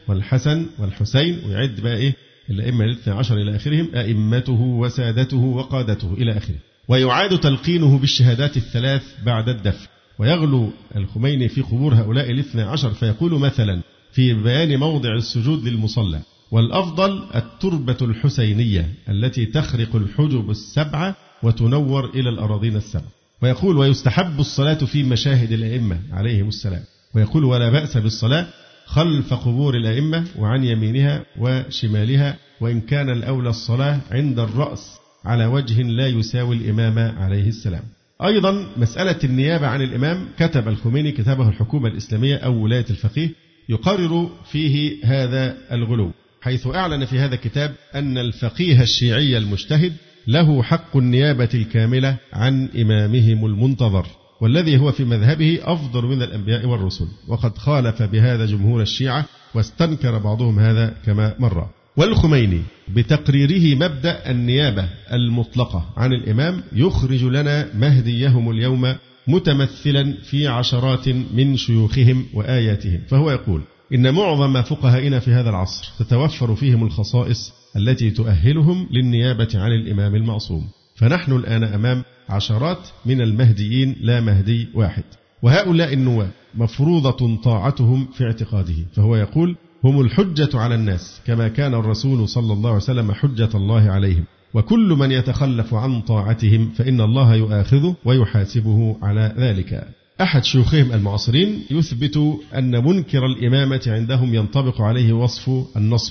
والحسن والحسين، ويعد بقى إيه الأئمة الاثنى عشر إلى آخرهم، أئمته وسادته وقادته إلى آخره. ويعاد تلقينه بالشهادات الثلاث بعد الدفن. ويغلو الخميني في قبور هؤلاء الاثنى عشر فيقول مثلا في بيان موضع السجود للمصلى: والأفضل التربة الحسينية التي تخرق الحجب السبعة وتنور إلى الأراضين السبع. ويقول: ويستحب الصلاة في مشاهد الأئمة عليهم السلام. ويقول: ولا بأس بالصلاة خلف قبور الأئمة وعن يمينها وشمالها، وإن كان الأولى الصلاة عند الرأس على وجه لا يساوي الإمام عليه السلام. أيضا مسألة النيابة عن الإمام، كتب الخميني كتابه الحكومة الإسلامية أو ولاية الفقيه يقرر فيه هذا الغلو، حيث أعلن في هذا الكتاب أن الفقيه الشيعي المجتهد له حق النيابة الكاملة عن إمامهم المنتظر، والذي هو في مذهبه أفضل من الأنبياء والرسل، وقد خالف بهذا جمهور الشيعة واستنكر بعضهم هذا كما مر. والخميني بتقريره مبدأ النيابة المطلقة عن الإمام يخرج لنا مهديهم اليوم متمثلا في عشرات من شيوخهم وآياتهم، فهو يقول: إن معظم فقهائنا في هذا العصر تتوفر فيهم الخصائص التي تؤهلهم للنيابة عن الإمام المعصوم، فنحن الآن أمام عشرات من المهديين لا مهدي واحد، وهؤلاء النواب مفروضة طاعتهم في اعتقاده. فهو يقول: هم الحجة على الناس كما كان الرسول صلى الله عليه وسلم حجة الله عليهم، وكل من يتخلف عن طاعتهم فإن الله يؤاخذه ويحاسبه على ذلك. أحد شيوخهم المعاصرين يثبت أن منكر الإمامة عندهم ينطبق عليه وصف النصب،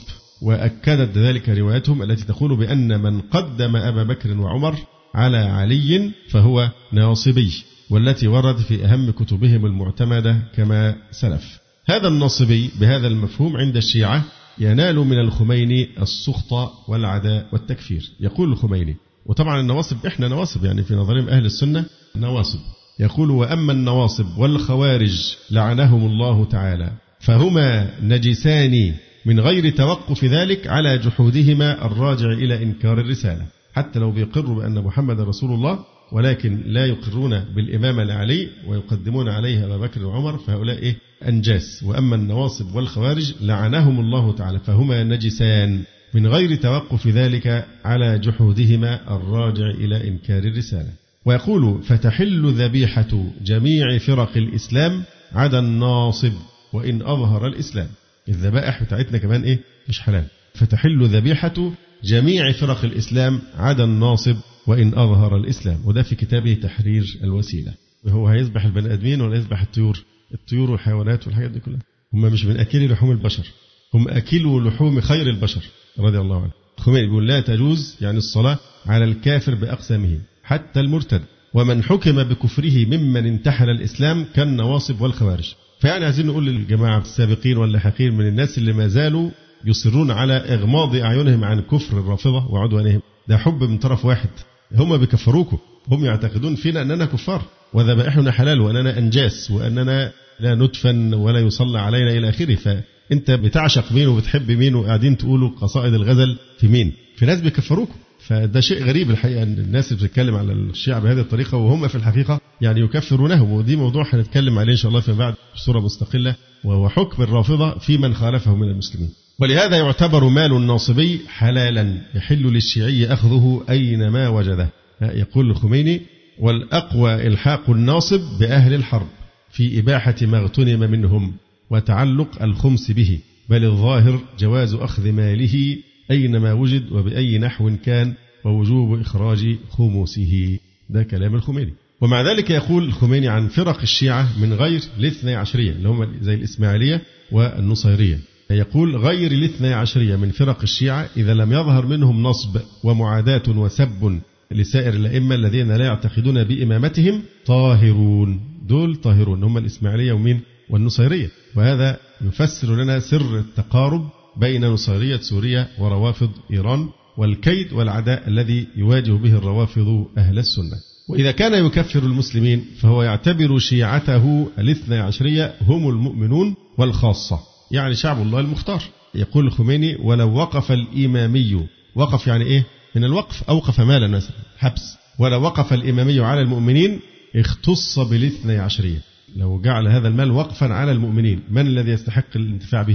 وأكدت ذلك روايتهم التي تقول بأن من قدم أبا بكر وعمر على علي فهو ناصبي، والتي ورد في أهم كتبهم المعتمدة كما سلف. هذا الناصبي بهذا المفهوم عند الشيعة ينال من الخميني السخط والعداء والتكفير. يقول الخميني، وطبعا النواصب إحنا نواصب يعني في نظرهم أهل السنة نواصب، يقول: وأما النواصب والخوارج لعنهم الله تعالى فهما نجسان من غير توقف ذلك على جحودهما الراجع إلى إنكار الرسالة. حتى لو بيقروا بأن محمد رسول الله ولكن لا يقرون بالإمامة لعلي ويقدمون عليه أبا بكر وعمر، فهؤلاء إيه؟ أنجاس. وأما النواصب والخوارج لعنهم الله تعالى فهما نجسان من غير توقف ذلك على جحودهما الراجع إلى إنكار الرسالة. ويقول: فتحل ذبيحة جميع فرق الإسلام عدا الناصب وإن أظهر الإسلام. الذبائح بتاعتنا كمان إيه؟ مش حلال. فتحل ذبيحة جميع فرق الإسلام عدا الناصب وإن أظهر الإسلام. وده في كتابه تحرير الوسيلة. وهو هيذبح البني آدمين ولا يذبح الطيور؟ الطيور والحيوانات والحاجات دي كلها. هم مش من أكل لحوم البشر، هم أكلوا لحوم خير البشر رضي الله عنه. الخميني يقول: لا تجوز يعني الصلاة على الكافر بأقسامه حتى المرتد، ومن حكم بكفره ممن انتحل الإسلام كالنواصب والخوارج. فيعني عايزين نقول للجماعة السابقين واللاحقين من الناس اللي ما زالوا يصرون على إغماض أعينهم عن كفر الرافضة وعدوانهم، ده حب من طرف واحد، هم بيكفروكم، هم يعتقدون فينا أننا كفار وذبائحنا حلال وأننا أنجاس وأننا لا ندفن ولا يصلى علينا إلى آخره. فأنت بتعشق مين وبتحب مين وقاعدين تقولوا قصائد الغزل في مين؟ في ناس بيكفروكم. فده شيء غريب الحقيقة أن الناس بتتكلم على الشيعة بهذه الطريقة وهم في الحقيقة يعني يكفرونهم، ودي موضوع هنتكلم عليه إن شاء الله فيما بعد بصورة مستقلة، وهو حكم الرافضة في من خالفه من المسلمين. ولهذا يعتبر مال الناصبي حلالا يحل للشيعي أخذه أينما وجده. يقول الخميني: والأقوى إلحاق الناصب بأهل الحرب في إباحة ما اغتنم منهم وتعلق الخمس به، بل الظاهر جواز أخذ ماله أينما وجد وبأي نحو كان ووجوب إخراج خمسه. ده كلام الخميني. ومع ذلك يقول الخميني عن فرق الشيعة من غير الاثنى عشرية اللي هم زي الإسماعيلية والنصيرية، يقول: غير الاثنى عشرية من فرق الشيعة إذا لم يظهر منهم نصب ومعاداة وسب لسائر الأئمة الذين لا يعتقدون بإمامتهم طاهرون. دول طاهرون هم الإسماعيلية ومين؟ والنصيرية. وهذا يفسر لنا سر التقارب بين نصيرية سوريا وروافض إيران والكيد والعداء الذي يواجه به الروافض أهل السنة. وإذا كان يكفر المسلمين فهو يعتبر شيعته الاثنى عشرية هم المؤمنون والخاصة، يعني شعب الله المختار. يقول الخميني: ولو وقف الإمامي، وقف يعني إيه؟ من الوقف، أوقف مالا مثلا حبس، ولو وقف الإمامي على المؤمنين اختص بالاثنى عشرية. لو جعل هذا المال وقفا على المؤمنين، من الذي يستحق الانتفاع به؟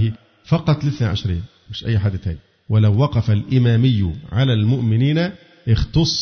فقط لاثنى عشرية مش أي حد تاني. ولو وقف الإمامي على المؤمنين اختص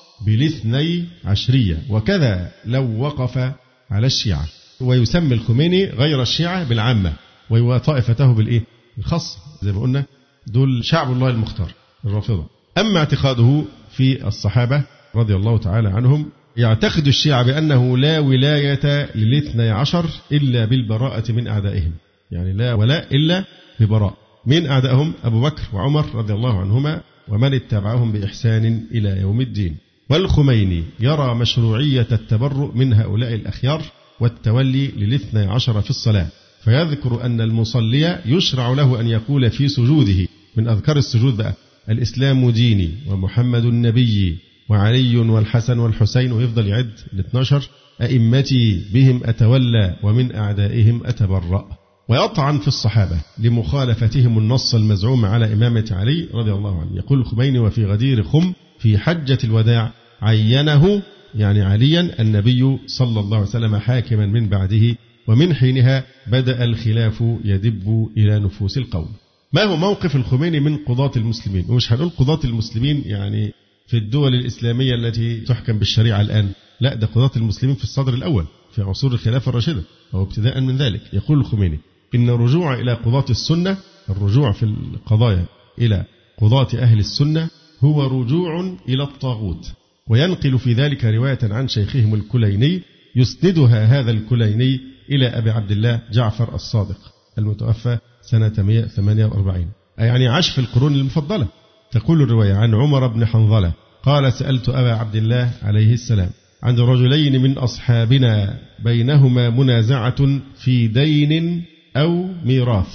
بالاثني عشرية، وكذا لو وقف على الشيعة. ويسمي الخميني غير الشيعة بالعامة وطائفته بالإيه؟ الخاصة، زي ما قلنا دول شعب الله المختار الرافضة. أما اعتقاده في الصحابة رضي الله تعالى عنهم، يعتقد الشيعة بأنه لا ولاية للاثني عشر إلا بالبراءة من أعدائهم، يعني لا ولاء إلا ببراء من أعدائهم أبو بكر وعمر رضي الله عنهما ومن اتبعهم بإحسان إلى يوم الدين. والخميني يرى مشروعية التبرؤ من هؤلاء الأخيار والتولي للاثني عشر في الصلاة، فيذكر أن المصلي يشرع له أن يقول في سجوده من أذكار السجود بقى: الإسلام ديني ومحمد النبي وعلي والحسن والحسين، ويفضل يعد الاثني عشر: أئمتي بهم أتولى ومن أعدائهم أتبرأ. ويطعن في الصحابة لمخالفتهم النص المزعوم على إمامة علي رضي الله عنه. يقول الخميني: وفي غدير خم في حجة الوداع عينه يعني عليا النبي صلى الله عليه وسلم حاكما من بعده، ومن حينها بدأ الخلاف يدب إلى نفوس القوم. ما هو موقف الخميني من قضاة المسلمين؟ ومش هنقول قضاة المسلمين يعني في الدول الإسلامية التي تحكم بالشريعة الآن، لا، ده قضاة المسلمين في الصدر الأول في عصور الخلافة الراشدة أو ابتداء من ذلك. يقول الخميني: إن الرجوع إلى قضاة السنة، الرجوع في القضايا إلى قضاة أهل السنة، هو رجوع إلى الطاغوت. وينقل في ذلك رواية عن شيخهم الكليني يسندها هذا الكليني إلى أبي عبد الله جعفر الصادق المتوفى سنة مئة وثمانية وأربعين، يعني عاش في القرون المفضلة. تقول الرواية عن عمر بن حنظلة قال: سألت أبا عبد الله عليه السلام عن رجلين من أصحابنا بينهما منازعة في دين أو ميراث،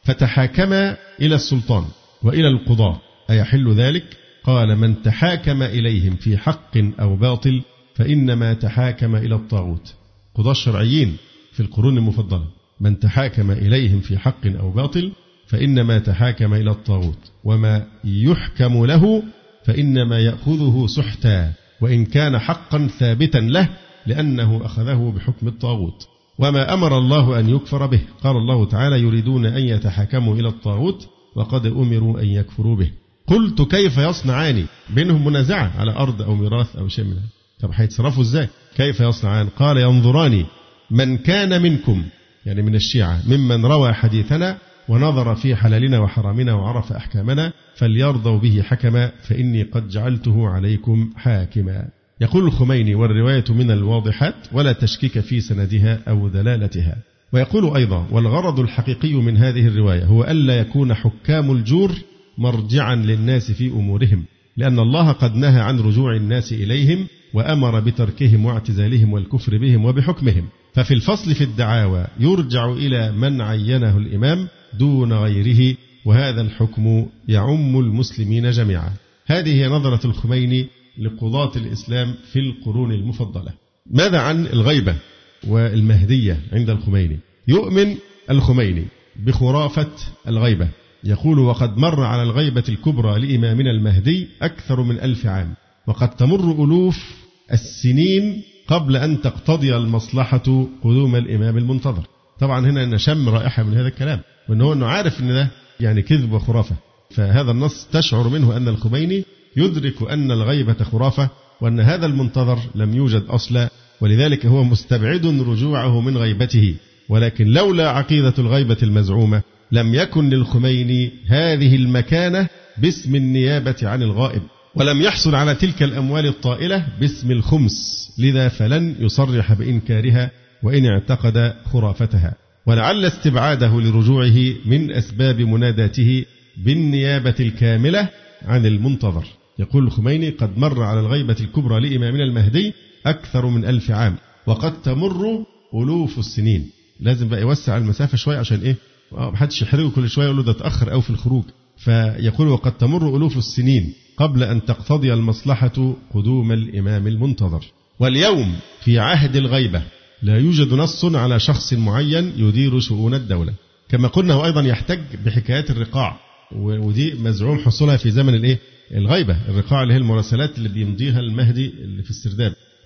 فتحاكما إلى السلطان وإلى القضاة، أيحل ذلك؟ قال: من تحاكم إليهم في حق أو باطل فإنما تحاكم إلى الطاغوت. قضاة الشرعيين في القرون المفضلة من تحاكم إليهم في حق أو باطل فإنما تحاكم إلى الطاغوت، وما يحكم له فإنما يأخذه سحتا، وإن كان حقا ثابتا له لأنه أخذه بحكم الطاغوت. وما أمر الله أن يكفر به، قال الله تعالى: يريدون أن يتحاكموا إلى الطاغوت وقد أمروا أن يكفروا به. قلت: كيف يصنعان؟ بينهم منازعة على أرض أو ميراث أو شيء منها، طب هيتصرفوا إزاي؟ كيف يصنعان؟ قال: ينظران من كان منكم، يعني من الشيعة، ممن روى حديثنا ونظر في حلالنا وحرامنا وعرف أحكامنا فليرضوا به حكما، فإني قد جعلته عليكم حاكما. يقول الخميني: والرواية من الواضحات ولا تشكيك في سندها أو دلالتها. ويقول أيضا: والغرض الحقيقي من هذه الرواية هو ألا يكون حكام الجور مرجعا للناس في أمورهم، لأن الله قد نهى عن رجوع الناس إليهم وأمر بتركهم واعتزالهم والكفر بهم وبحكمهم. ففي الفصل في الدعاوى يرجع إلى من عينه الإمام دون غيره، وهذا الحكم يعم المسلمين جميعا. هذه هي نظرة الخميني لقضاة الإسلام في القرون المفضلة. ماذا عن الغيبة والمهدية عند الخميني؟ يؤمن الخميني بخرافة الغيبة. يقول: وقد مر على الغيبة الكبرى لإمامنا المهدي أكثر من ألف عام، وقد تمر ألوف السنين قبل أن تقتضي المصلحة قدوم الإمام المنتظر. طبعا هنا نشم رائحة من هذا الكلام، وأنه أنه عارف أن ده يعني كذب وخرافة. فهذا النص تشعر منه أن الخميني يدرك أن الغيبة خرافة، وأن هذا المنتظر لم يوجد أصلا، ولذلك هو مستبعد رجوعه من غيبته. ولكن لولا عقيدة الغيبة المزعومة لم يكن للخميني هذه المكانة باسم النيابة عن الغائب، ولم يحصل على تلك الأموال الطائلة باسم الخمس، لذا فلن يصرح بإنكارها وإن اعتقد خرافتها. ولعل استبعاده لرجوعه من أسباب مناداته بالنيابة الكاملة عن المنتظر. يقول الخميني: قد مر على الغيبة الكبرى لإمامنا المهدي أكثر من ألف عام، وقد تمر ألوف السنين. لازم بقى يوسع المسافة شوية عشان إيه؟ محدش يحرقه كل شوية يقول له ده تأخر أو في الخروج. فيقول: وقد تمر ألوف السنين قبل أن تقتضي المصلحة قدوم الإمام المنتظر. واليوم في عهد الغيبة لا يوجد نص على شخص معين يدير شؤون الدولة. كما قلنا هو أيضا يحتج بحكايات الرقاع، ودي مزعوم حصولها في زمن الإيه؟ الغيبة. الرقاع اللي هي المراسلات اللي بيمضيها المهدي اللي في السرداب، واضح؟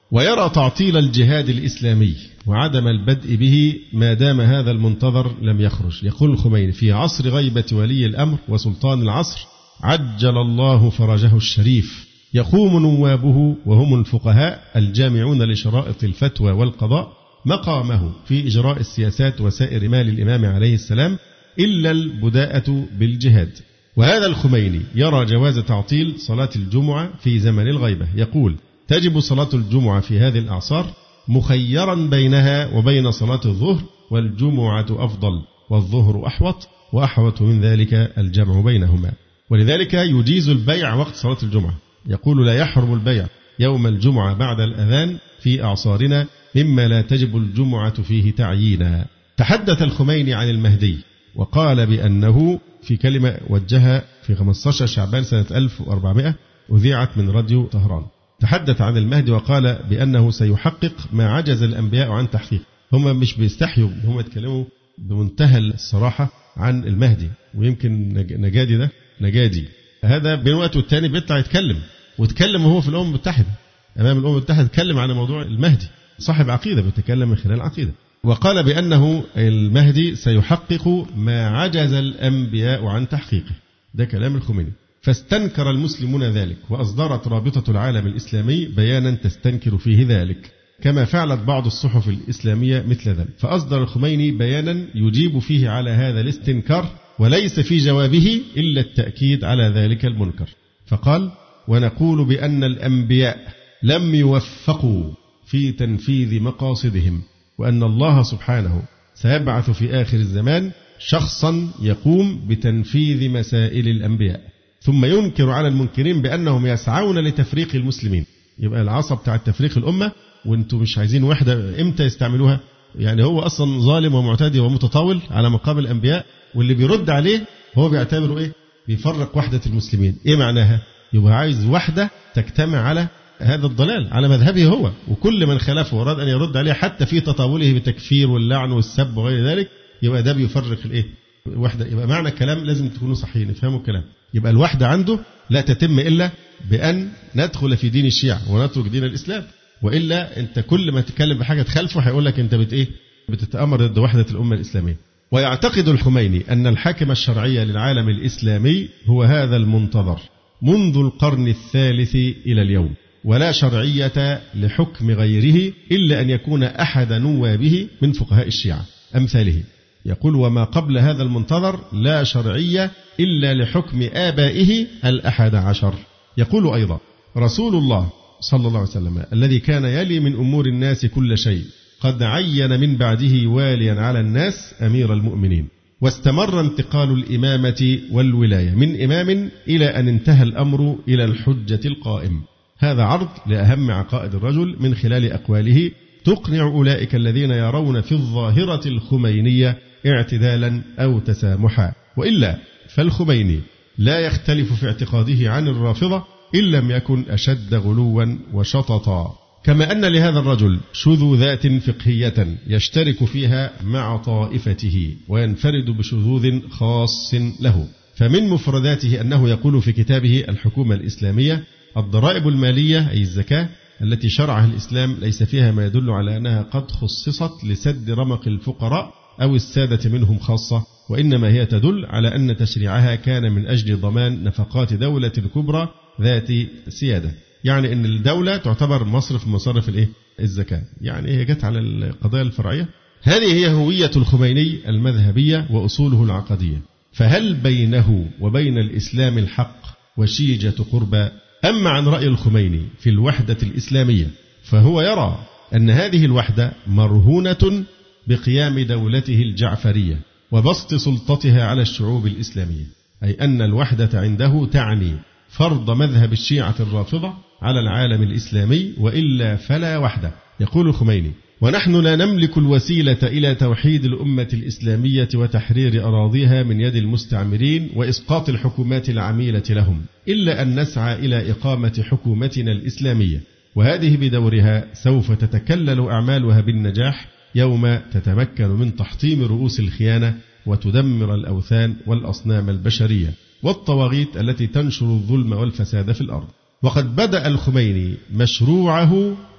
ويرى تعطيل الجهاد الإسلامي وعدم البدء به ما دام هذا المنتظر لم يخرج. يقول الخميني: في عصر غيبة ولي الأمر وسلطان العصر عجل الله فرجه الشريف، يقوم نوابه وهم الفقهاء الجامعون لشرائط الفتوى والقضاء مقامه في إجراء السياسات وسائر مال الإمام عليه السلام إلا البداءة بالجهاد. وهذا الخميني يرى جواز تعطيل صلاة الجمعة في زمن الغيبة. يقول: تجب صلاة الجمعة في هذه الأعصار مخيرا بينها وبين صلاة الظهر، والجمعة أفضل والظهر أحوط، وأحوط من ذلك الجمع بينهما. ولذلك يجيز البيع وقت صلاة الجمعة. يقول: لا يحرم البيع يوم الجمعة بعد الأذان في أعصارنا مما لا تجب الجمعة فيه تعيينا. تحدث الخميني عن المهدي وقال بأنه في كلمة وجهها في خمسة عشر شعبان سنة ألف وأربعمائة أذيعت من راديو طهران. تحدث عن المهدي وقال بأنه سيحقق ما عجز الأنبياء عن تحقيقه. هم مش بيستحيوا، هم يتكلموا بمنتهى الصراحة عن المهدي. ويمكن نجادي ده نجادي هذا بين وقت والتاني بيطلع يتكلم، وتكلم وهو في الأمم المتحدة أمام الأمم المتحدة يتكلم عن موضوع المهدي، صاحب عقيدة بيتكلم من خلال عقيدة. وقال بأنه المهدي سيحقق ما عجز الأنبياء عن تحقيقه. ده كلام الخميني. فاستنكر المسلمون ذلك، وأصدرت رابطة العالم الإسلامي بيانا تستنكر فيه ذلك، كما فعلت بعض الصحف الإسلامية مثل ذلك. فأصدر الخميني بيانا يجيب فيه على هذا الاستنكار، وليس في جوابه إلا التأكيد على ذلك المنكر. فقال: ونقول بأن الأنبياء لم يوفقوا في تنفيذ مقاصدهم، وأن الله سبحانه سيبعث في آخر الزمان شخصا يقوم بتنفيذ مسائل الأنبياء، ثم ينكر على المنكرين بأنهم يسعون لتفريق المسلمين. يبقى العصا بتاع تفريق الأمة، وانتم مش عايزين وحدة، امتى يستعملوها؟ يعني هو أصلا ظالم ومعتدي ومتطاول على مقام الأنبياء، واللي بيرد عليه هو بيعتبره إيه؟ بيفرق وحدة المسلمين. إيه معناها؟ يبقى عايز وحدة تجتمع على هذا الضلال، على مذهبه هو، وكل من خلافه وراد أن يرد عليه حتى في تطاوله بالتكفير واللعن والسب وغير ذلك، يبقى ده بيفرق الإيه؟ وحدة. يبقى معنى الكلام لازم تكونوا صحيحين، افهموا الكلام. يبقى الوحدة عنده لا تتم إلا بأن ندخل في دين الشيعة ونترك دين الإسلام، وإلا أنت كل ما تتكلم بحاجة تخالفه هيقول لك أنت بت إيه؟ بتتأمر ضد وحدة الأمة الإسلامية. ويعتقد الخميني أن الحاكم الشرعي للعالم الإسلامي هو هذا المنتظر منذ القرن الثالث إلى اليوم، ولا شرعية لحكم غيره إلا أن يكون أحد نوابه من فقهاء الشيعة أمثاله. يقول: وما قبل هذا المنتظر لا شرعية إلا لحكم آبائه الأحد عشر. يقول أيضا: رسول الله صلى الله عليه وسلم الذي كان يلي من أمور الناس كل شيء قد عين من بعده واليا على الناس أمير المؤمنين، واستمر انتقال الإمامة والولاية من إمام إلى أن انتهى الأمر إلى الحجة القائم. هذا عرض لأهم عقائد الرجل من خلال أقواله تقنع أولئك الذين يرون في الظاهرة الخمينية اعتدالا أو تسامحا. وإلا فالخميني لا يختلف في اعتقاده عن الرافضة إن لم يكن أشد غلوا وشططا. كما أن لهذا الرجل شذوذات فقهية يشترك فيها مع طائفته وينفرد بشذوذ خاص له. فمن مفرداته أنه يقول في كتابه الحكومة الإسلامية: الضرائب المالية أي الزكاة التي شرعها الإسلام ليس فيها ما يدل على أنها قد خصصت لسد رمق الفقراء أو السادة منهم خاصة، وإنما هي تدل على أن تشريعها كان من أجل ضمان نفقات دولة كبرى ذات سيادة. يعني أن الدولة تعتبر مصرف مصرف الإيه؟ الزكاة، يعني هي جت على القضايا الفرعية. هذه هي هوية الخميني المذهبية وأصوله العقدية. فهل بينه وبين الإسلام الحق وشيجة قربى؟ أما عن رأي الخميني في الوحدة الإسلامية فهو يرى أن هذه الوحدة مرهونة بقيام دولته الجعفرية وبسط سلطتها على الشعوب الإسلامية، أي أن الوحدة عنده تعني فرض مذهب الشيعة الرافضة على العالم الإسلامي، وإلا فلا وحدة. يقول الخميني: ونحن لا نملك الوسيلة إلى توحيد الأمة الإسلامية وتحرير أراضيها من يد المستعمرين وإسقاط الحكومات العميلة لهم، إلا أن نسعى إلى إقامة حكومتنا الإسلامية، وهذه بدورها سوف تتكلل أعمالها بالنجاح يوم تتمكن من تحطيم رؤوس الخيانة وتدمر الأوثان والأصنام البشرية والطواغيت التي تنشر الظلم والفساد في الأرض. وقد بدأ الخميني مشروعه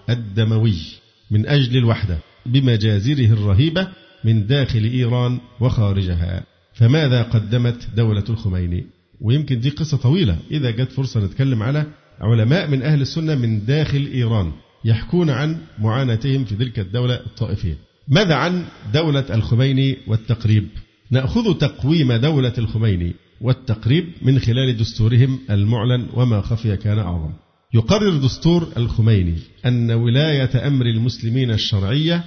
الدموي من أجل الوحدة بمجازره الرهيبة من داخل إيران وخارجها. فماذا قدمت دولة الخميني؟ ويمكن دي قصة طويلة، إذا جت فرصة نتكلم على علماء من أهل السنة من داخل إيران يحكون عن معاناتهم في تلك الدولة الطائفية. ماذا عن دولة الخميني والتقريب؟ نأخذ تقويم دولة الخميني والتقريب من خلال دستورهم المعلن، وما خفي كان أعظم. يقرر دستور الخميني أن ولاية أمر المسلمين الشرعية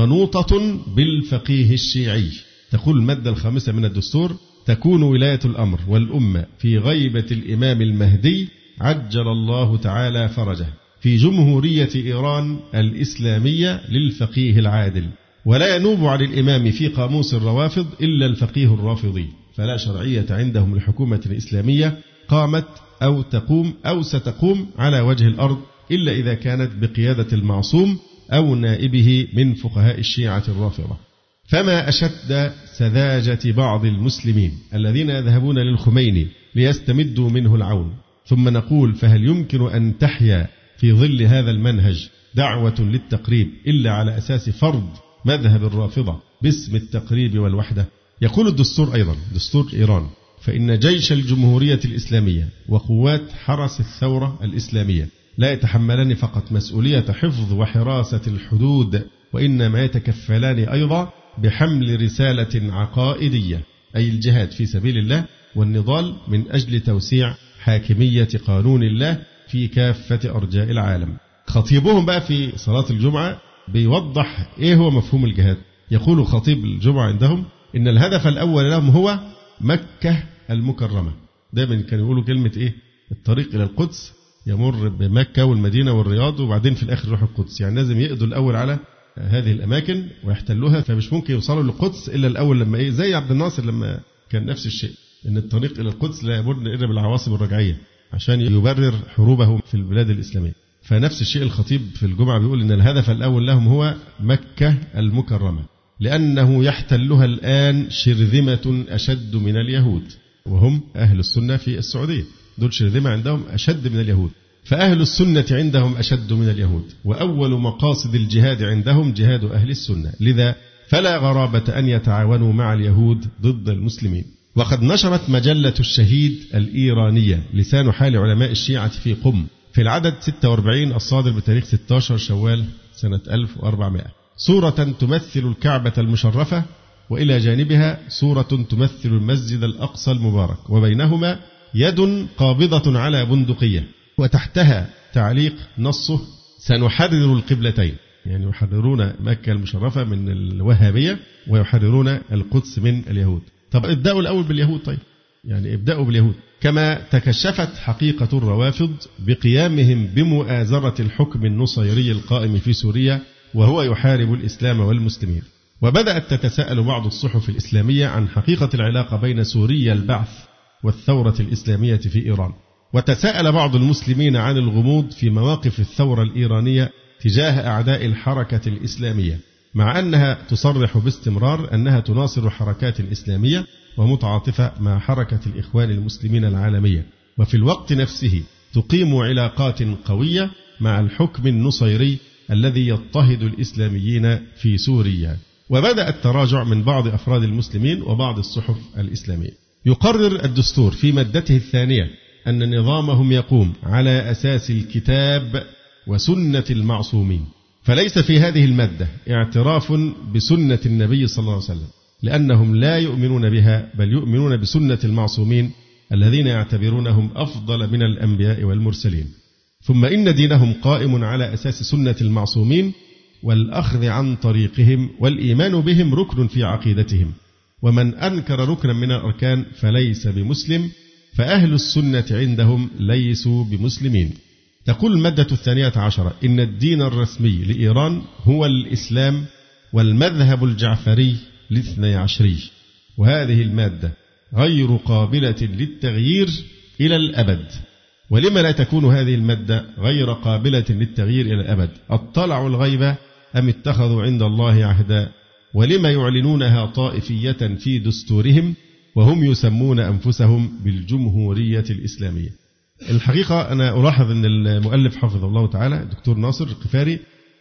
منوطة بالفقيه الشيعي. تقول المادة الخامسة من الدستور: تكون ولاية الأمر والأمة في غيبة الإمام المهدي عجل الله تعالى فرجه في جمهورية إيران الإسلامية للفقيه العادل، ولا ينوب عن الإمام في قاموس الروافض إلا الفقيه الرافضي، فلا شرعية عندهم لحكومة إسلامية قامت أو تقوم أو ستقوم على وجه الأرض إلا إذا كانت بقيادة المعصوم أو نائبه من فقهاء الشيعة الرافضة. فما أشد سذاجة بعض المسلمين الذين يذهبون للخميني ليستمدوا منه العون، ثم نقول: فهل يمكن أن تحيا في ظل هذا المنهج دعوة للتقريب إلا على أساس فرض مذهب الرافضة باسم التقريب والوحدة؟ يقول الدستور أيضا، دستور إيران: فإن جيش الجمهورية الإسلامية وقوات حرس الثورة الإسلامية لا يتحملان فقط مسؤولية حفظ وحراسة الحدود، وإنما يتكفلان أيضا بحمل رسالة عقائدية، أي الجهاد في سبيل الله والنضال من أجل توسيع حاكمية قانون الله في كافة أرجاء العالم. خطيبهم بقى في صلاة الجمعة بيوضح إيه هو مفهوم الجهاد. يقول خطيب الجمعة عندهم إن الهدف الأول لهم هو مكة المكرمة. دايما كانوا يقولوا كلمة إيه؟ الطريق إلى القدس يمر بمكة والمدينة والرياض وبعدين في الآخر يروح القدس، يعني لازم يقضوا الأول على هذه الأماكن ويحتلوها، فمش ممكن يوصلوا للقدس إلا الأول لما إيه، زي عبد الناصر لما كان نفس الشيء، إن الطريق إلى القدس لا يمر إلا بالعواصم الرجعية عشان يبرر حروبه في البلاد الإسلامية. فنفس الشيء الخطيب في الجمعة بيقول إن الهدف الأول لهم هو مكة المكرمة، لأنه يحتلها الآن شرذمة أشد من اليهود، وهم أهل السنة في السعودية، دول شرذمة عندهم أشد من اليهود. فأهل السنة عندهم أشد من اليهود، وأول مقاصد الجهاد عندهم جهاد أهل السنة، لذا فلا غرابة أن يتعاونوا مع اليهود ضد المسلمين. وقد نشرت مجلة الشهيد الإيرانية لسان حال علماء الشيعة في قم في العدد ستة وأربعين الصادر بتاريخ ستة عشر شوال سنة ألف وأربعمائة صورة تمثل الكعبة المشرفة، وإلى جانبها صورة تمثل المسجد الأقصى المبارك، وبينهما يد قابضة على بندقية، وتحتها تعليق نصه: سنحرر القبلتين، يعني يحررون مكة المشرفة من الوهابية ويحررون القدس من اليهود. طب ابدأوا الأول باليهود، طيب يعني ابدأوا باليهود. كما تكشفت حقيقة الروافض بقيامهم بمؤازرة الحكم النصيري القائم في سوريا وهو يحارب الإسلام والمسلمين. وبدأت تتساءل بعض الصحف الإسلامية عن حقيقة العلاقة بين سوريا البعث والثورة الإسلامية في إيران، وتساءل بعض المسلمين عن الغموض في مواقف الثورة الإيرانية تجاه أعداء الحركة الإسلامية، مع أنها تصرح باستمرار أنها تناصر حركات إسلامية ومتعاطفة مع حركة الإخوان المسلمين العالمية، وفي الوقت نفسه تقيم علاقات قوية مع الحكم النصيري الذي يضطهد الإسلاميين في سوريا. وبدأ التراجع من بعض أفراد المسلمين وبعض الصحف الإسلامية. يقرر الدستور في مادته الثانية أن نظامهم يقوم على أساس الكتاب وسنة المعصومين، فليس في هذه المادة اعتراف بسنة النبي صلى الله عليه وسلم، لأنهم لا يؤمنون بها، بل يؤمنون بسنة المعصومين الذين يعتبرونهم أفضل من الأنبياء والمرسلين. ثم إن دينهم قائم على أساس سنة المعصومين والأخذ عن طريقهم، والإيمان بهم ركن في عقيدتهم، ومن أنكر ركنا من الأركان فليس بمسلم، فأهل السنة عندهم ليسوا بمسلمين. تقول المادة الثانية عشرة إن الدين الرسمي لإيران هو الإسلام والمذهب الجعفري الاثني عشري، وهذه المادة غير قابلة للتغيير إلى الأبد. ولما لا تكون هذه المادة غير قابلة للتغيير إلى الأبد؟ اطلعوا الغيب أم اتخذوا عند الله عهدا؟ ولما يعلنونها طائفية في دستورهم وهم يسمون أنفسهم بالجمهورية الإسلامية؟ الحقيقة أنا ألاحظ أن المؤلف حفظه الله تعالى الدكتور ناصر القفاري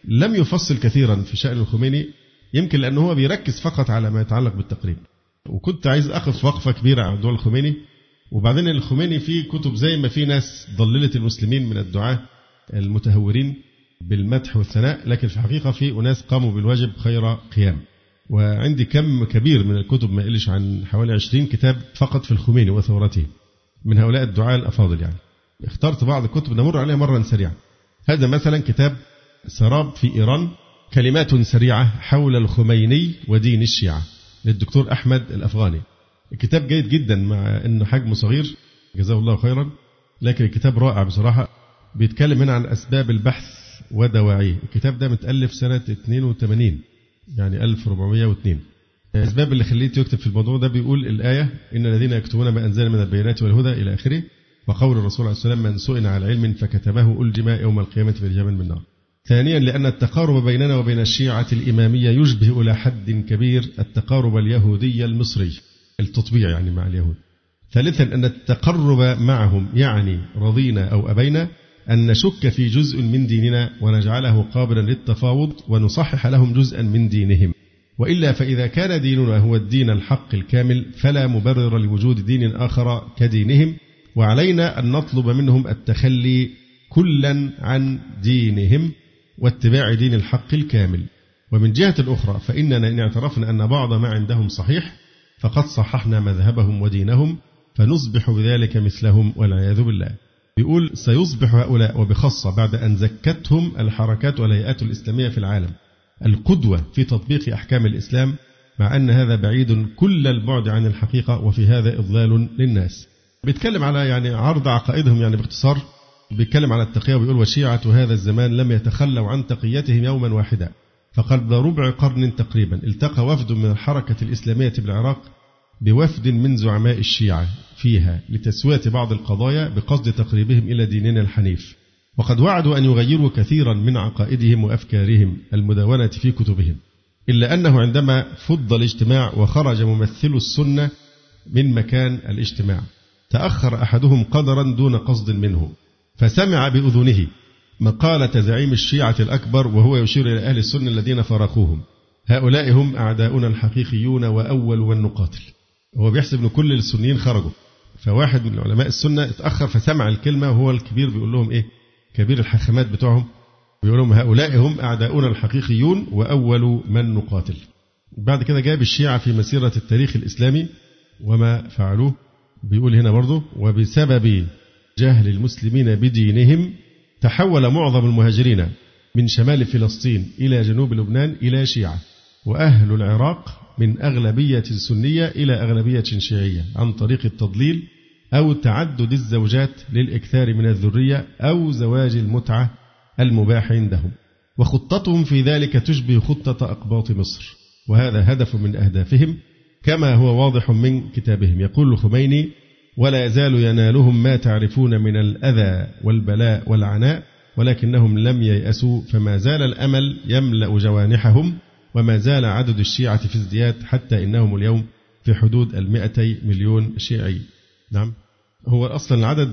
لم يفصل كثيرا في شأن الخميني، يمكن لأنه هو بيركز فقط على ما يتعلق بالتقريب. وكنت عايز أقف وقفة كبيرة على موضوع الخميني. وبعدين الخميني في كتب زي ما في ناس ضللت المسلمين من الدعاة المتهورين بالمدح والثناء، لكن في الحقيقة في أناس قاموا بالواجب خير قيام. وعندي كم كبير من الكتب ما يقلش عن حوالي عشرين كتاب فقط في الخميني وثورته من هؤلاء الدعاة الأفاضل. يعني اخترت بعض الكتب نمر عليها مرة سريعة. هذا مثلا كتاب سراب في إيران، كلمات سريعة حول الخميني ودين الشيعة للدكتور أحمد الأفغاني. الكتاب جيد جدا مع أنه حجمه صغير جزاه الله خيرا، لكن الكتاب رائع بصراحة. بيتكلم هنا عن أسباب البحث ودواعيه. الكتاب ده متألف سنة اثنين وثمانين يعني ألف وأربعمائة واثنين. الأسباب اللي خليته يكتب في الموضوع ده بيقول الآية إن الذين يكتبون ما أنزل من البينات والهدى إلى آخره، وقول الرسول عليه السلام من سئل على علم فكتبه ألجم يوم القيامة بالجبل من نار. ثانيا لأن التقارب بيننا وبين الشيعة الإمامية يشبه إلى حد كبير التقارب اليهودي المصري، التطبيع يعني مع اليهود. ثالثا أن التقرب معهم يعني رضينا أو أبينا أن نشك في جزء من ديننا ونجعله قابلا للتفاوض ونصحح لهم جزءا من دينهم، وإلا فإذا كان ديننا هو الدين الحق الكامل فلا مبرر لوجود دين آخر كدينهم، وعلينا أن نطلب منهم التخلي كلا عن دينهم واتباع دين الحق الكامل. ومن جهة أخرى فإننا إن اعترفنا أن بعض ما عندهم صحيح فقد صححنا مذهبهم ودينهم فنصبح بذلك مثلهم والعياذ بالله. بيقول سيصبح هؤلاء وبخاصة بعد أن زكتهم الحركات والهيئات الإسلامية في العالم القدوة في تطبيق أحكام الإسلام، مع أن هذا بعيد كل البعد عن الحقيقة وفي هذا إضلال للناس. بيتكلم على يعني عرض عقائدهم يعني باختصار. بيتكلم على التقية وبيقول وشيعة هذا الزمان لم يتخلوا عن تقيتهم يوما واحدا، فقد ربع قرن تقريبا التقى وفد من الحركة الإسلامية بالعراق بوفد من زعماء الشيعة فيها لتسوية بعض القضايا بقصد تقريبهم إلى ديننا الحنيف، وقد وعدوا أن يغيروا كثيرا من عقائدهم وأفكارهم المدونة في كتبهم، إلا أنه عندما فض الاجتماع وخرج ممثل السنة من مكان الاجتماع تأخر أحدهم قدرا دون قصد منه، فسمع بأذنه مقالة زعيم الشيعة الأكبر وهو يشير إلى أهل السنة الذين فارقوهم هؤلاء هم أعداؤنا الحقيقيون وأول من نقاتل. هو بيحسب أن كل السنيين خرجوا، فواحد من علماء السنة اتأخر فسمع الكلمة وهو الكبير بيقول لهم إيه، كبير الحاخامات بتوعهم بيقول لهم هؤلاء هم أعداؤنا الحقيقيون وأول من نقاتل. بعد كده جاب الشيعة في مسيرة التاريخ الإسلامي وما فعلوه. بيقول هنا برضه وبسبب جهل المسلمين بدينهم تحول معظم المهاجرين من شمال فلسطين إلى جنوب لبنان إلى شيعة، وأهل العراق من أغلبية سنية إلى أغلبية شيعية عن طريق التضليل أو تعدد الزوجات للإكثار من الذرية أو زواج المتعة المباح عندهم، وخطتهم في ذلك تشبه خطة أقباط مصر، وهذا هدف من أهدافهم كما هو واضح من كتابهم. يقول الخميني ولا يزال ينالهم ما تعرفون من الأذى والبلاء والعناء، ولكنهم لم ييأسوا، فما زال الأمل يملأ جوانحهم، وما زال عدد الشيعة في ازدياد حتى إنهم اليوم في حدود المئتي مليون شيعي. نعم، هو أصلا العدد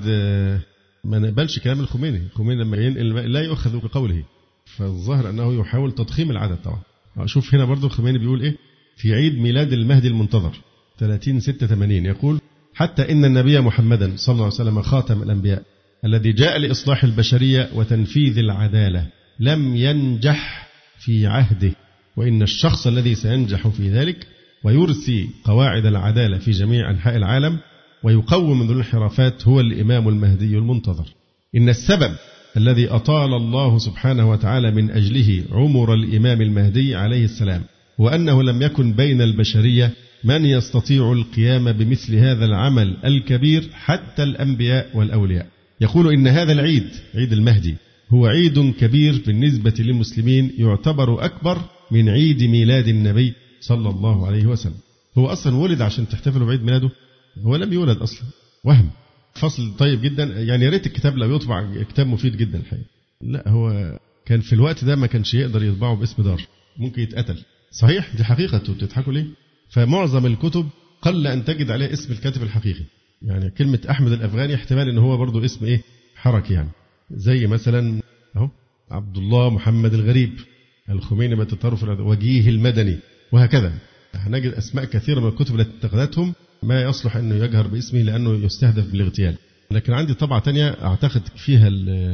ما نقبلش كلام الخميني. الخميني لما ينقل لا يؤخذ بقوله، فالظاهر أنه يحاول تضخيم العدد طبعا. شوف هنا برضو الخميني بيقول إيه في عيد ميلاد المهدي المنتظر ثلاثين ستة ثمانين، يقول حتى إن النبي محمدا صلى الله عليه وسلم خاتم الأنبياء الذي جاء لإصلاح البشرية وتنفيذ العدالة لم ينجح في عهده، وإن الشخص الذي سينجح في ذلك ويرسي قواعد العدالة في جميع أنحاء العالم ويقوم من الانحرافات هو الإمام المهدي المنتظر. إن السبب الذي أطال الله سبحانه وتعالى من أجله عمر الإمام المهدي عليه السلام وأنه لم يكن بين البشرية من يستطيع القيام بمثل هذا العمل الكبير حتى الأنبياء والأولياء. يقول إن هذا العيد عيد المهدي هو عيد كبير بالنسبة للمسلمين يعتبر أكبر من عيد ميلاد النبي صلى الله عليه وسلم. هو أصلا ولد عشان تحتفلوا بعيد ميلاده؟ هو لم يولد أصلا، وهم. فصل طيب جدا، يعني يا ريت الكتاب لو يطبع كتاب مفيد جدا الحقيقة. لا هو كان في الوقت ده ما كانش يقدر يطبعه باسم دار، ممكن يتقتل. صحيح، دي حقيقة، تضحكوا ليه؟ فمعظم الكتب قل أن تجد عليه اسم الكاتب الحقيقي. يعني كلمة أحمد الأفغاني احتمال إن هو برضو اسم إيه حركي، يعني زي مثلا أهو عبد الله محمد الغريب، الخميني بالتطرف وجيه المدني، وهكذا. هنجد أسماء كثيرة من الكتب التي اتخذتهم ما يصلح أنه يجهر باسمه لأنه يستهدف بالاغتيال. لكن عندي طبعة تانية أعتقد فيها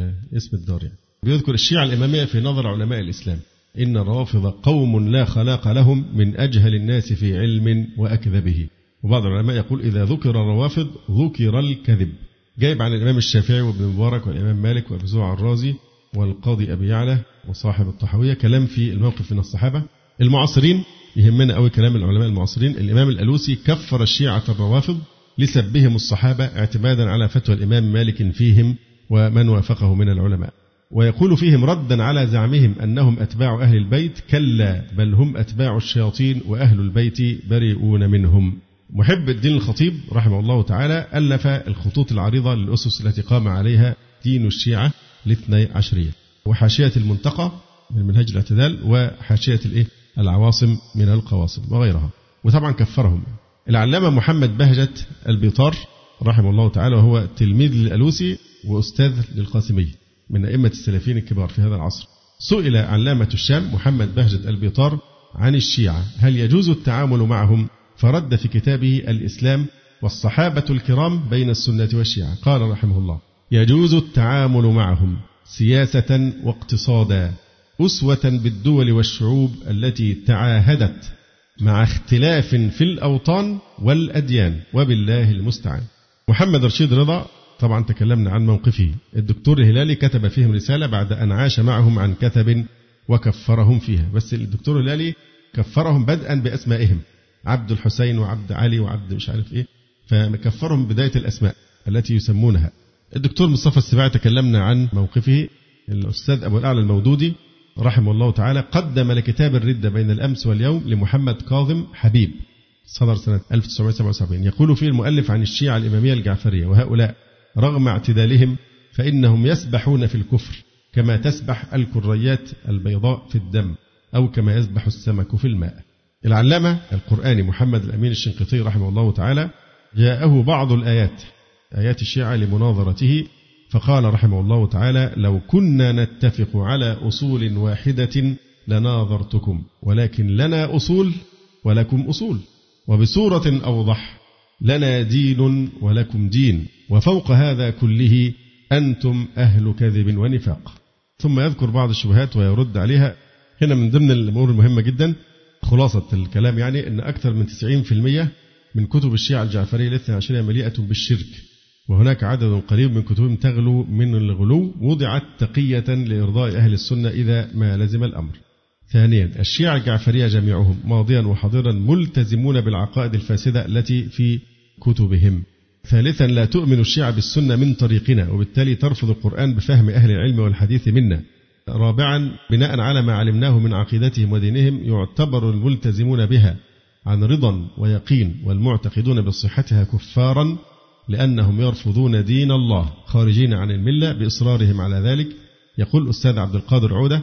اسم الدار يعني. بيذكر الشيعة الإمامية في نظر علماء الإسلام: إن الرافض قوم لا خلاق لهم من أجهل الناس في علم وأكذبه. وبعض العلماء يقول إذا ذكر الروافض ذكر الكذب. جايب عن الإمام الشافعي وابن مبارك والإمام مالك وأبي زرع الرازي والقاضي أبي يعلى وصاحب الطحاوية كلام في الموقف من الصحابة. المعاصرين يهمنا أوي كلام العلماء المعاصرين. الإمام الألوسي كفر الشيعة الروافض لسبهم الصحابة اعتمادا على فتوى الإمام مالك فيهم ومن وافقه من العلماء، ويقول فيهم ردا على زعمهم أنهم أتباع أهل البيت: كلا بل هم أتباع الشياطين وأهل البيت بريئون منهم. محب الدين الخطيب رحمه الله تعالى ألف الخطوط العريضة للأسس التي قام عليها دين الشيعة الاثني عشرية، وحاشية المنتقى من منهج الاعتدال، وحاشية الإيه العواصم من القواصم وغيرها، وطبعا كفرهم. العلامة محمد بهجت البيطار رحمه الله تعالى، وهو تلميذ للألوسي وأستاذ للقاسمي من أئمة السلفيين الكبار في هذا العصر، سئل علامة الشام محمد بهجت البيطار عن الشيعة هل يجوز التعامل معهم، فرد في كتابه الإسلام والصحابة الكرام بين السنة والشيعة، قال رحمه الله: يجوز التعامل معهم سياسة واقتصادا، أسوة بالدول والشعوب التي تعاهدت مع اختلاف في الأوطان والأديان، وبالله المستعان. محمد رشيد رضا طبعا تكلمنا عن موقفه. الدكتور الهلالي كتب فيهم رسالة بعد أن عاش معهم عن كثب وكفرهم فيها، بس الدكتور الهلالي كفرهم بدءا بأسمائهم: عبد الحسين وعبد علي وعبد مش عارف إيه، فكفرهم بداية الأسماء التي يسمونها. الدكتور مصطفى السباعي تكلمنا عن موقفه. الأستاذ أبو الأعلى المودودي رحمه الله تعالى قدم لكتاب الردة بين الأمس واليوم لمحمد كاظم حبيب، صدر سنة ألف وتسعمائة وسبعة وسبعين. يقول فيه المؤلف عن الشيعة الإمامية الجعفرية: وهؤلاء رغم اعتدالهم فإنهم يسبحون في الكفر كما تسبح الكريات البيضاء في الدم، أو كما يسبح السمك في الماء. العلامة القرآني محمد الأمين الشنقيطي رحمه الله تعالى جاءه بعض الآيات آيات الشيعة لمناظرته، فقال رحمه الله تعالى: لو كنا نتفق على أصول واحدة لناظرتكم، ولكن لنا أصول ولكم أصول، وبصورة أوضح: لنا دين ولكم دين، وفوق هذا كله أنتم أهل كذب ونفاق. ثم يذكر بعض الشبهات ويرد عليها. هنا من ضمن الأمور المهمة جدا خلاصة الكلام يعني أن أكثر من تسعين بالمئة من كتب الشيعة الجعفرية الاثنى عشرية مليئة بالشرك، وهناك عدد قريب من كتبهم تغلو من الغلو، وضعت تقية لإرضاء أهل السنة إذا ما لزم الأمر. ثانيا، الشيعة الجعفرية جميعهم ماضيا وحاضرا ملتزمون بالعقائد الفاسدة التي في كتبهم. ثالثا، لا تؤمن الشيعة بالسنة من طريقنا، وبالتالي ترفض القرآن بفهم أهل العلم والحديث منا. رابعا، بناء على ما علمناه من عقيدتهم ودينهم يعتبر الملتزمون بها عن رضا ويقين، والمعتقدون بصحتها كفارا لأنهم يرفضون دين الله خارجين عن الملة بإصرارهم على ذلك. يقول الأستاذ عبد القادر عودة: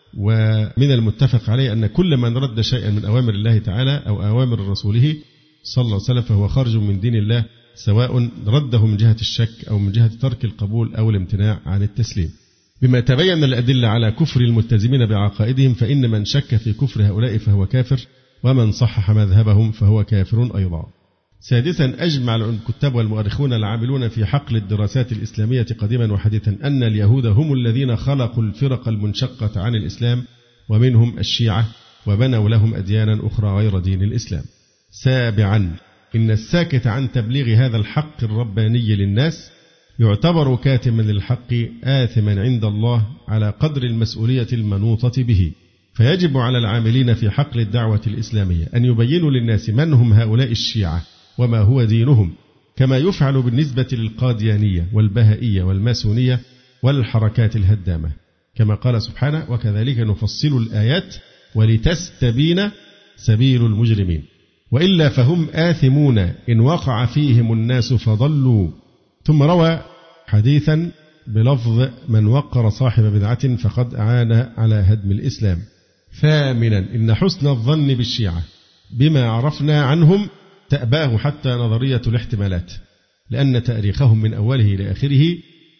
ومن المتفق عليه أن كل من رد شيئا من أوامر الله تعالى أو أوامر رسوله صلى الله عليه وسلم فهو خارج من دين الله، سواء رده من جهة الشك أو من جهة ترك القبول أو الامتناع عن التسليم. بما تبين الأدلة على كفر الملتزمين بعقائدهم، فإن من شك في كفر هؤلاء فهو كافر، ومن صحح مذهبهم فهو كافر أيضا. سادسا، أجمع الكتاب والمؤرخون العاملون في حقل الدراسات الإسلامية قديما وحديثا أن اليهود هم الذين خلقوا الفرق المنشقة عن الإسلام، ومنهم الشيعة، وبنوا لهم أديانا أخرى غير دين الإسلام. سابعا، إن الساكت عن تبليغ هذا الحق الرباني للناس يعتبر كاتما للحق آثما عند الله على قدر المسؤولية المنوطة به، فيجب على العاملين في حقل الدعوة الإسلامية أن يبينوا للناس من هم هؤلاء الشيعة وما هو دينهم، كما يفعل بالنسبة للقاديانية والبهائية والماسونية والحركات الهدامة، كما قال سبحانه: وكذلك نفصل الآيات ولتستبين سبيل المجرمين، وإلا فهم آثمون إن وقع فيهم الناس فضلوا. ثم روى حديثا بلفظ: من وقر صاحب بدعة فقد أعان على هدم الإسلام. ثامنا، إن حسن الظن بالشيعة بما عرفنا عنهم تأباه حتى نظرية الاحتمالات، لأن تاريخهم من أوله إلى آخره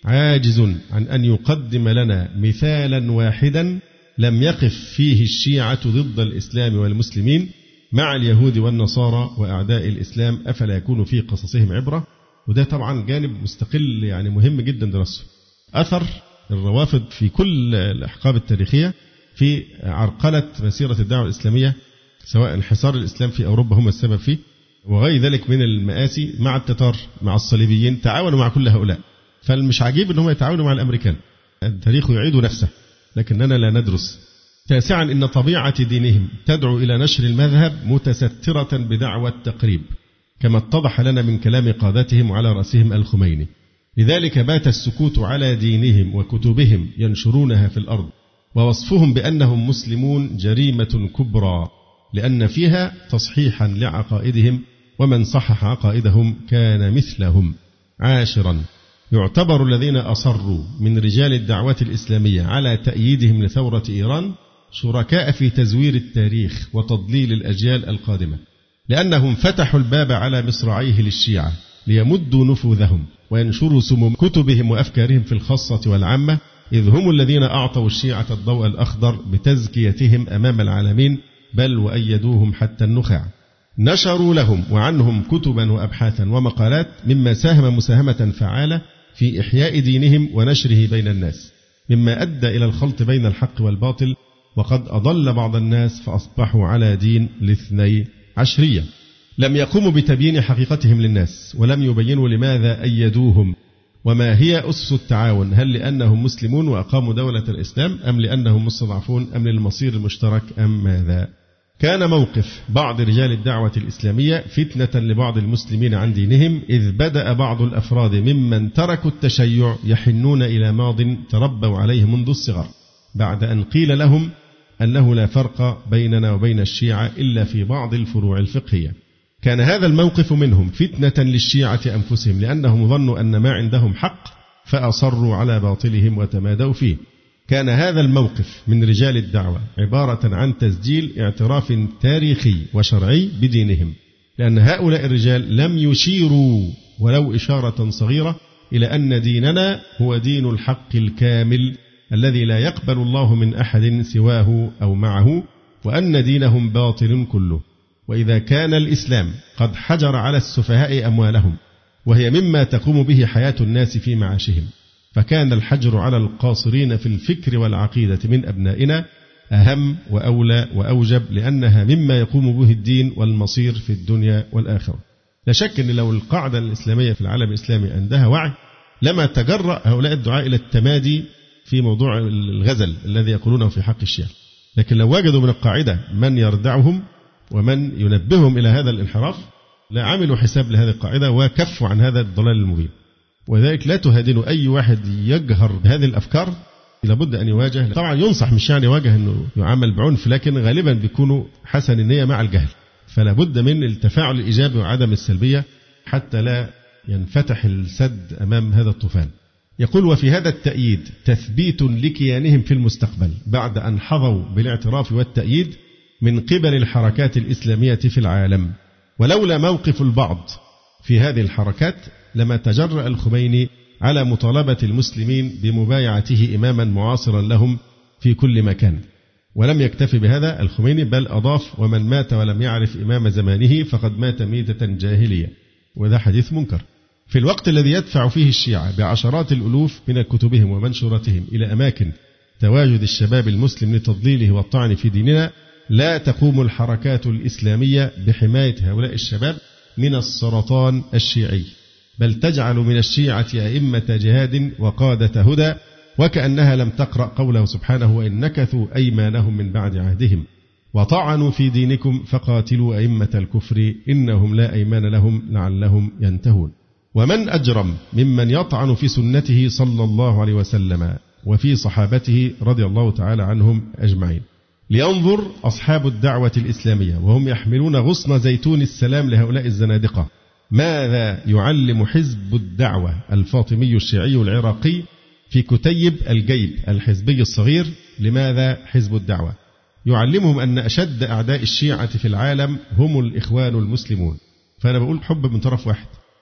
عاجز عن أن يقدم لنا مثالا واحدا لم يقف فيه الشيعة ضد الإسلام والمسلمين مع اليهود والنصارى وأعداء الإسلام، أفلا يكون في قصصهم عبرة؟ وده طبعا جانب مستقل يعني مهم جدا دراسته. أثر الروافض في كل الأحقاب التاريخية في عرقلة مسيرة الدعوة الإسلامية، سواء انحصار الإسلام في أوروبا هم السبب فيه وغير ذلك من المآسي، مع التتار مع الصليبيين تعاونوا مع كل هؤلاء. فالمش عجيب أنهم يتعاونوا مع الأمريكان، التاريخ يعيد نفسه لكننا لا ندرس. تاسعا إن طبيعة دينهم تدعو إلى نشر المذهب متسترة بدعوى التقريب، كما اتضح لنا من كلام قادتهم وعلى رأسهم الخميني. لذلك بات السكوت على دينهم وكتبهم ينشرونها في الأرض، ووصفهم بأنهم مسلمون جريمة كبرى، لأن فيها تصحيحا لعقائدهم، ومن صحح عقائدهم كان مثلهم. عاشرا يعتبر الذين أصروا من رجال الدعوة الإسلامية على تأييدهم لثورة إيران شركاء في تزوير التاريخ وتضليل الأجيال القادمة، لأنهم فتحوا الباب على مصراعيه للشيعة ليمدوا نفوذهم وينشروا سموم كتبهم وأفكارهم في الخاصة والعامة، إذ هم الذين أعطوا الشيعة الضوء الأخضر بتزكيتهم أمام العالمين، بل وأيدوهم حتى النخاع. نشروا لهم وعنهم كتبا وأبحاثا ومقالات، مما ساهم مساهمة فعالة في إحياء دينهم ونشره بين الناس، مما أدى إلى الخلط بين الحق والباطل، وقد أضل بعض الناس فأصبحوا على دين الاثني عشرية. لم يقوموا بتبيين حقيقتهم للناس، ولم يبينوا لماذا أيدوهم وما هي أسس التعاون، هل لأنهم مسلمون وأقاموا دولة الإسلام، أم لأنهم مستضعفون، أم للمصير المشترك، أم ماذا؟ كان موقف بعض رجال الدعوة الإسلامية فتنة لبعض المسلمين عن دينهم، إذ بدأ بعض الأفراد ممن تركوا التشيع يحنون إلى ماض تربوا عليه منذ الصغر، بعد أن قيل لهم أنه لا فرق بيننا وبين الشيعة إلا في بعض الفروع الفقهية. كان هذا الموقف منهم فتنة للشيعة أنفسهم، لأنهم ظنوا أن ما عندهم حق فأصروا على باطلهم وتمادوا فيه. كان هذا الموقف من رجال الدعوة عبارة عن تسجيل اعتراف تاريخي وشرعي بدينهم، لأن هؤلاء الرجال لم يشيروا ولو إشارة صغيرة إلى أن ديننا هو دين الحق الكامل الذي لا يقبل الله من أحد سواه أو معه، وأن دينهم باطل كله. وإذا كان الإسلام قد حجر على السفهاء أموالهم، وهي مما تقوم به حياة الناس في معاشهم، فكان الحجر على القاصرين في الفكر والعقيدة من أبنائنا أهم وأولى وأوجب، لأنها مما يقوم به الدين والمصير في الدنيا والآخرة. لا شك أن لو القاعدة الإسلامية في العالم الإسلامي عندها وعي لما تجرأ هؤلاء الدعاء إلى التمادي في موضوع الغزل الذي يقولونه في حق الشيعة، لكن لو وجدوا من القاعدة من يردعهم ومن ينبههم إلى هذا الانحراف لا عملوا حساب لهذه القاعدة وكفوا عن هذا الضلال المبين. وذلك لا تهادن أي واحد يجهر بهذه الأفكار، لابد أن يواجه. طبعا ينصح مش يعني يواجه أنه يعامل بعنف، لكن غالبا بيكونوا حسن النية مع الجهل، فلا بد من التفاعل الإيجابي وعدم السلبية حتى لا ينفتح السد أمام هذا الطوفان. يقول: وفي هذا التأييد تثبيت لكيانهم في المستقبل بعد أن حظوا بالاعتراف والتأييد من قبل الحركات الإسلامية في العالم. ولولا موقف البعض في هذه الحركات لما تجرأ الخميني على مطالبة المسلمين بمبايعته إماما معاصرا لهم في كل مكان. ولم يكتفي بهذا الخميني، بل أضاف: ومن مات ولم يعرف إمام زمانه فقد مات ميتة جاهلية. وذا حديث منكر. في الوقت الذي يدفع فيه الشيعة بعشرات الألوف من كتبهم ومنشوراتهم إلى أماكن تواجد الشباب المسلم لتضليله والطعن في ديننا، لا تقوم الحركات الإسلامية بحماية هؤلاء الشباب من السرطان الشيعي، بل تجعل من الشيعة أئمة جهاد وقادة هدى، وكأنها لم تقرأ قوله سبحانه: وإن نكثوا أيمانهم من بعد عهدهم وطعنوا في دينكم فقاتلوا أئمة الكفر إنهم لا أيمان لهم لعلهم ينتهون. ومن أجرم ممن يطعن في سنته صلى الله عليه وسلم وفي صحابته رضي الله تعالى عنهم أجمعين. لينظر أصحاب الدعوة الإسلامية وهم يحملون غصن زيتون السلام لهؤلاء الزنادقة ماذا يعلم حزب الدعوة الفاطمي الشيعي العراقي في كتيب الجيب الحزبي الصغير. لماذا حزب الدعوة؟ يعلمهم أن أشد أعداء الشيعة في العالم هم الإخوان المسلمون. فأنا بقول حب من طرف واحد،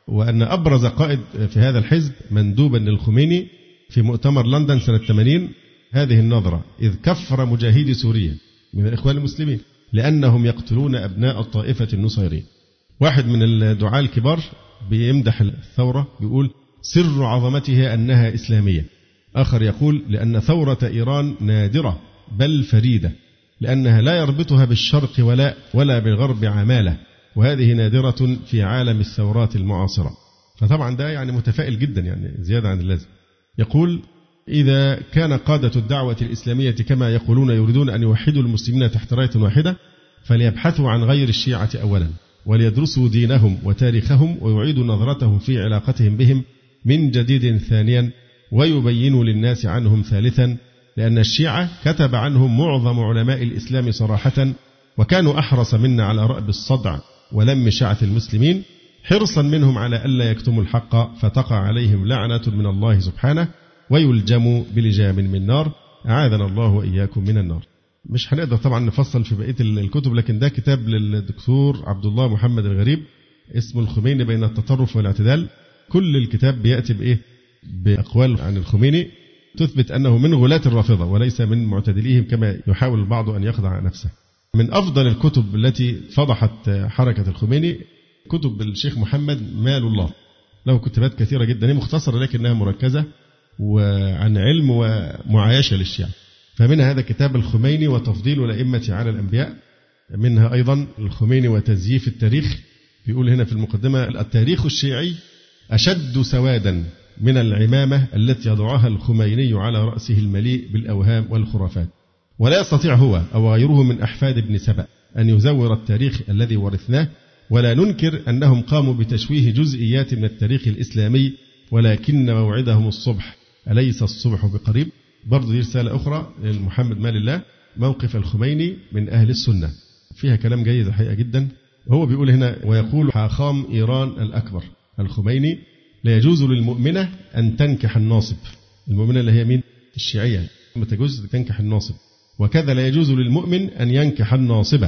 وأن أبرز قائد في هذا الحزب مندوبا للخميني في مؤتمر لندن سنة ثمانين هذه النظرة، إذ كفر مجاهدي سوريا من الإخوان المسلمين لأنهم يقتلون أبناء الطائفة النصيرية. واحد من الدعاة الكبار بيمدح الثورة بيقول سر عظمتها أنها إسلامية. آخر يقول لأن ثورة إيران نادرة بل فريدة، لأنها لا يربطها بالشرق ولا ولا بالغرب عمالة، وهذه نادرة في عالم الثورات المعاصرة. فطبعا ده يعني متفائل جدا، يعني زيادة عن اللازم. يقول إذا كان قادة الدعوة الإسلامية كما يقولون يريدون أن يوحدوا المسلمين تحت راية واحدة، فليبحثوا عن غير الشيعة أولا، وليدرسوا دينهم وتاريخهم ويعيدوا نظرتهم في علاقتهم بهم من جديد ثانيا، ويبينوا للناس عنهم ثالثا، لأن الشيعة كتب عنهم معظم علماء الإسلام صراحة، وكانوا أحرص منا على رأب الصدع ولم شعث المسلمين، حرصا منهم على ألا يكتموا الحق فتقع عليهم لعنة من الله سبحانه ويلجموا بلجام من نار، أعاذنا الله وإياكم من النار. مش هنقدر طبعا نفصل في بقية الكتب، لكن ده كتاب للدكتور عبد الله محمد الغريب اسمه الخميني بين التطرف والاعتدال. كل الكتاب بيأتي بإيه؟ بأقوال عن الخميني تثبت أنه من غلاة الرافضة وليس من معتدليهم كما يحاول البعض أن يخدع نفسه. من أفضل الكتب التي فضحت حركة الخميني كتب الشيخ محمد مال الله، له كتابات كثيرة جدا، هي مختصرة لكنها مركزة وعن علم ومعايشة للشيعة. فمنها هذا كتاب الخميني وتفضيل الأئمة على الأنبياء، منها أيضا الخميني وتزييف التاريخ. بيقول هنا في المقدمة التاريخ الشيعي أشد سوادا من العمامة التي يضعها الخميني على رأسه المليء بالأوهام والخرافات، ولا يستطيع هو أو غيره من أحفاد ابن سبأ أن يزور التاريخ الذي ورثناه، ولا ننكر أنهم قاموا بتشويه جزئيات من التاريخ الإسلامي، ولكن موعدهم الصبح أليس الصبح بقريب. برضو دي رسالة أخرى لمحمد مال الله، موقف الخميني من أهل السنة، فيها كلام جيد الحقيقة جدا. هو بيقول هنا ويقول حاخام إيران الأكبر الخميني لا يجوز للمؤمنة أن تنكح الناصب. المؤمنة اللي هي مين؟ الشيعية، ما تجوز تنكح الناصب. وكذا لا يجوز للمؤمن أن ينكح الناصبة،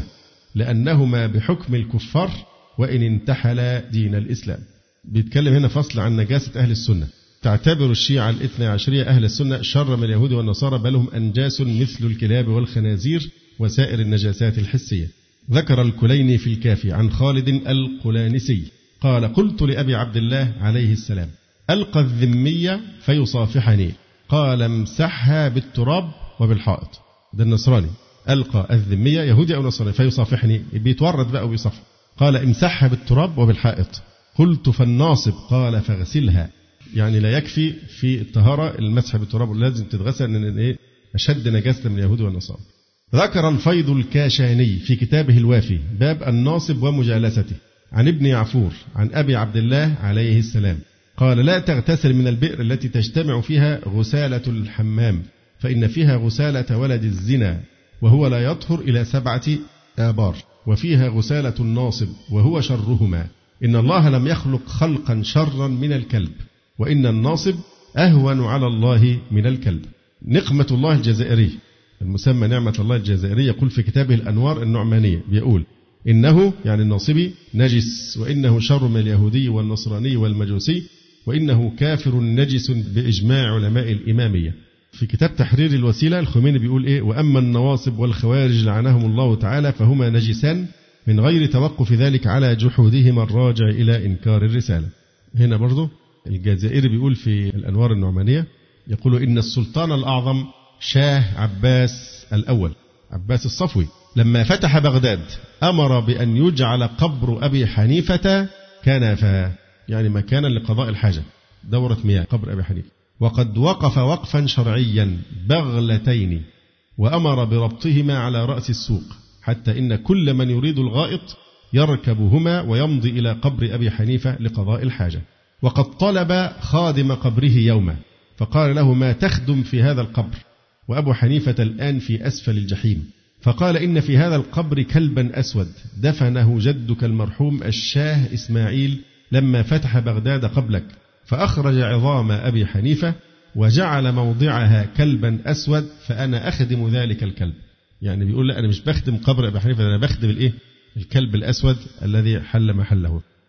لأنهما بحكم الكفار وإن انتحل دين الإسلام. بيتكلم هنا فصل عن نجاسة أهل السنة. تعتبر الشيعة الاثنى عشرية أهل السنة شر من اليهود والنصارى، بل هم أنجاس مثل الكلاب والخنازير وسائر النجاسات الحسية. ذكر الكليني في الكافي عن خالد القلانسي قال قلت لأبي عبد الله عليه السلام ألقى الذمية فيصافحني، قال امسحها بالتراب وبالحائط. ده النصراني ألقى الذمية يهودي أو نصراني فيصافحني، بيتورد بقى وبيصفح. قال امسحها بالتراب وبالحائط. قلت فالناصب، قال فاغسلها. يعني لا يكفي في الطهارة المسح بالتراب، لازم تتغسل لأن إيه أشد نجاسة من اليهود والنصارى. ذكر الفيض الكاشاني في كتابه الوافي باب الناصب ومجالسته عن ابن يعفور عن أبي عبد الله عليه السلام قال لا تغتسل من البئر التي تجتمع فيها غسالة الحمام، فإن فيها غسالة ولد الزنا وهو لا يطهر إلى سبعة آبار، وفيها غسالة الناصب وهو شرهما. إن الله لم يخلق خلقا شرا من الكلب، وإن الناصب أهون على الله من الكلب. نقمة الله الجزائري المسمى نعمة الله الجزائري يقول في كتابه الأنوار النعمانية بيقول إنه يعني الناصبي نجس، وإنه شر من اليهودي والنصراني والمجوسي، وإنه كافر نجس بإجماع علماء الإمامية. في كتاب تحرير الوسيلة الخميني بيقول إيه وأما النواصب والخوارج لعنهم الله تعالى فهما نجسان من غير توقف ذلك على جحودهما الراجع إلى إنكار الرسالة. هنا برضو الجزائري بيقول في الأنوار النعمانية يقول إن السلطان الأعظم شاه عباس الأول عباس الصفوي لما فتح بغداد أمر بأن يجعل قبر أبي حنيفة كنفا، يعني مكانا لقضاء الحاجة، دورة مياه قبر أبي حنيفة، وقد وقف وقفا شرعيا بغلتين، وأمر بربطهما على رأس السوق، حتى إن كل من يريد الغائط يركبهما ويمضي إلى قبر أبي حنيفة لقضاء الحاجة. وقد طلب خادم قبره يوما فقال له ما تخدم في هذا القبر؟ وأبو حنيفة الآن في أسفل الجحيم. فقال إن في هذا القبر كلبا أسود دفنه جدك المرحوم الشاه إسماعيل لما فتح بغداد قبلك، فأخرج عظام أبي حنيفة وجعل موضعها كلبا أسود، فأنا أخدم ذلك الكلب. يعني بيقول لا أنا مش بخدم قبر أبي حنيفة، أنا بخدم الإيه؟ الكلب الأسود الذي حل محله.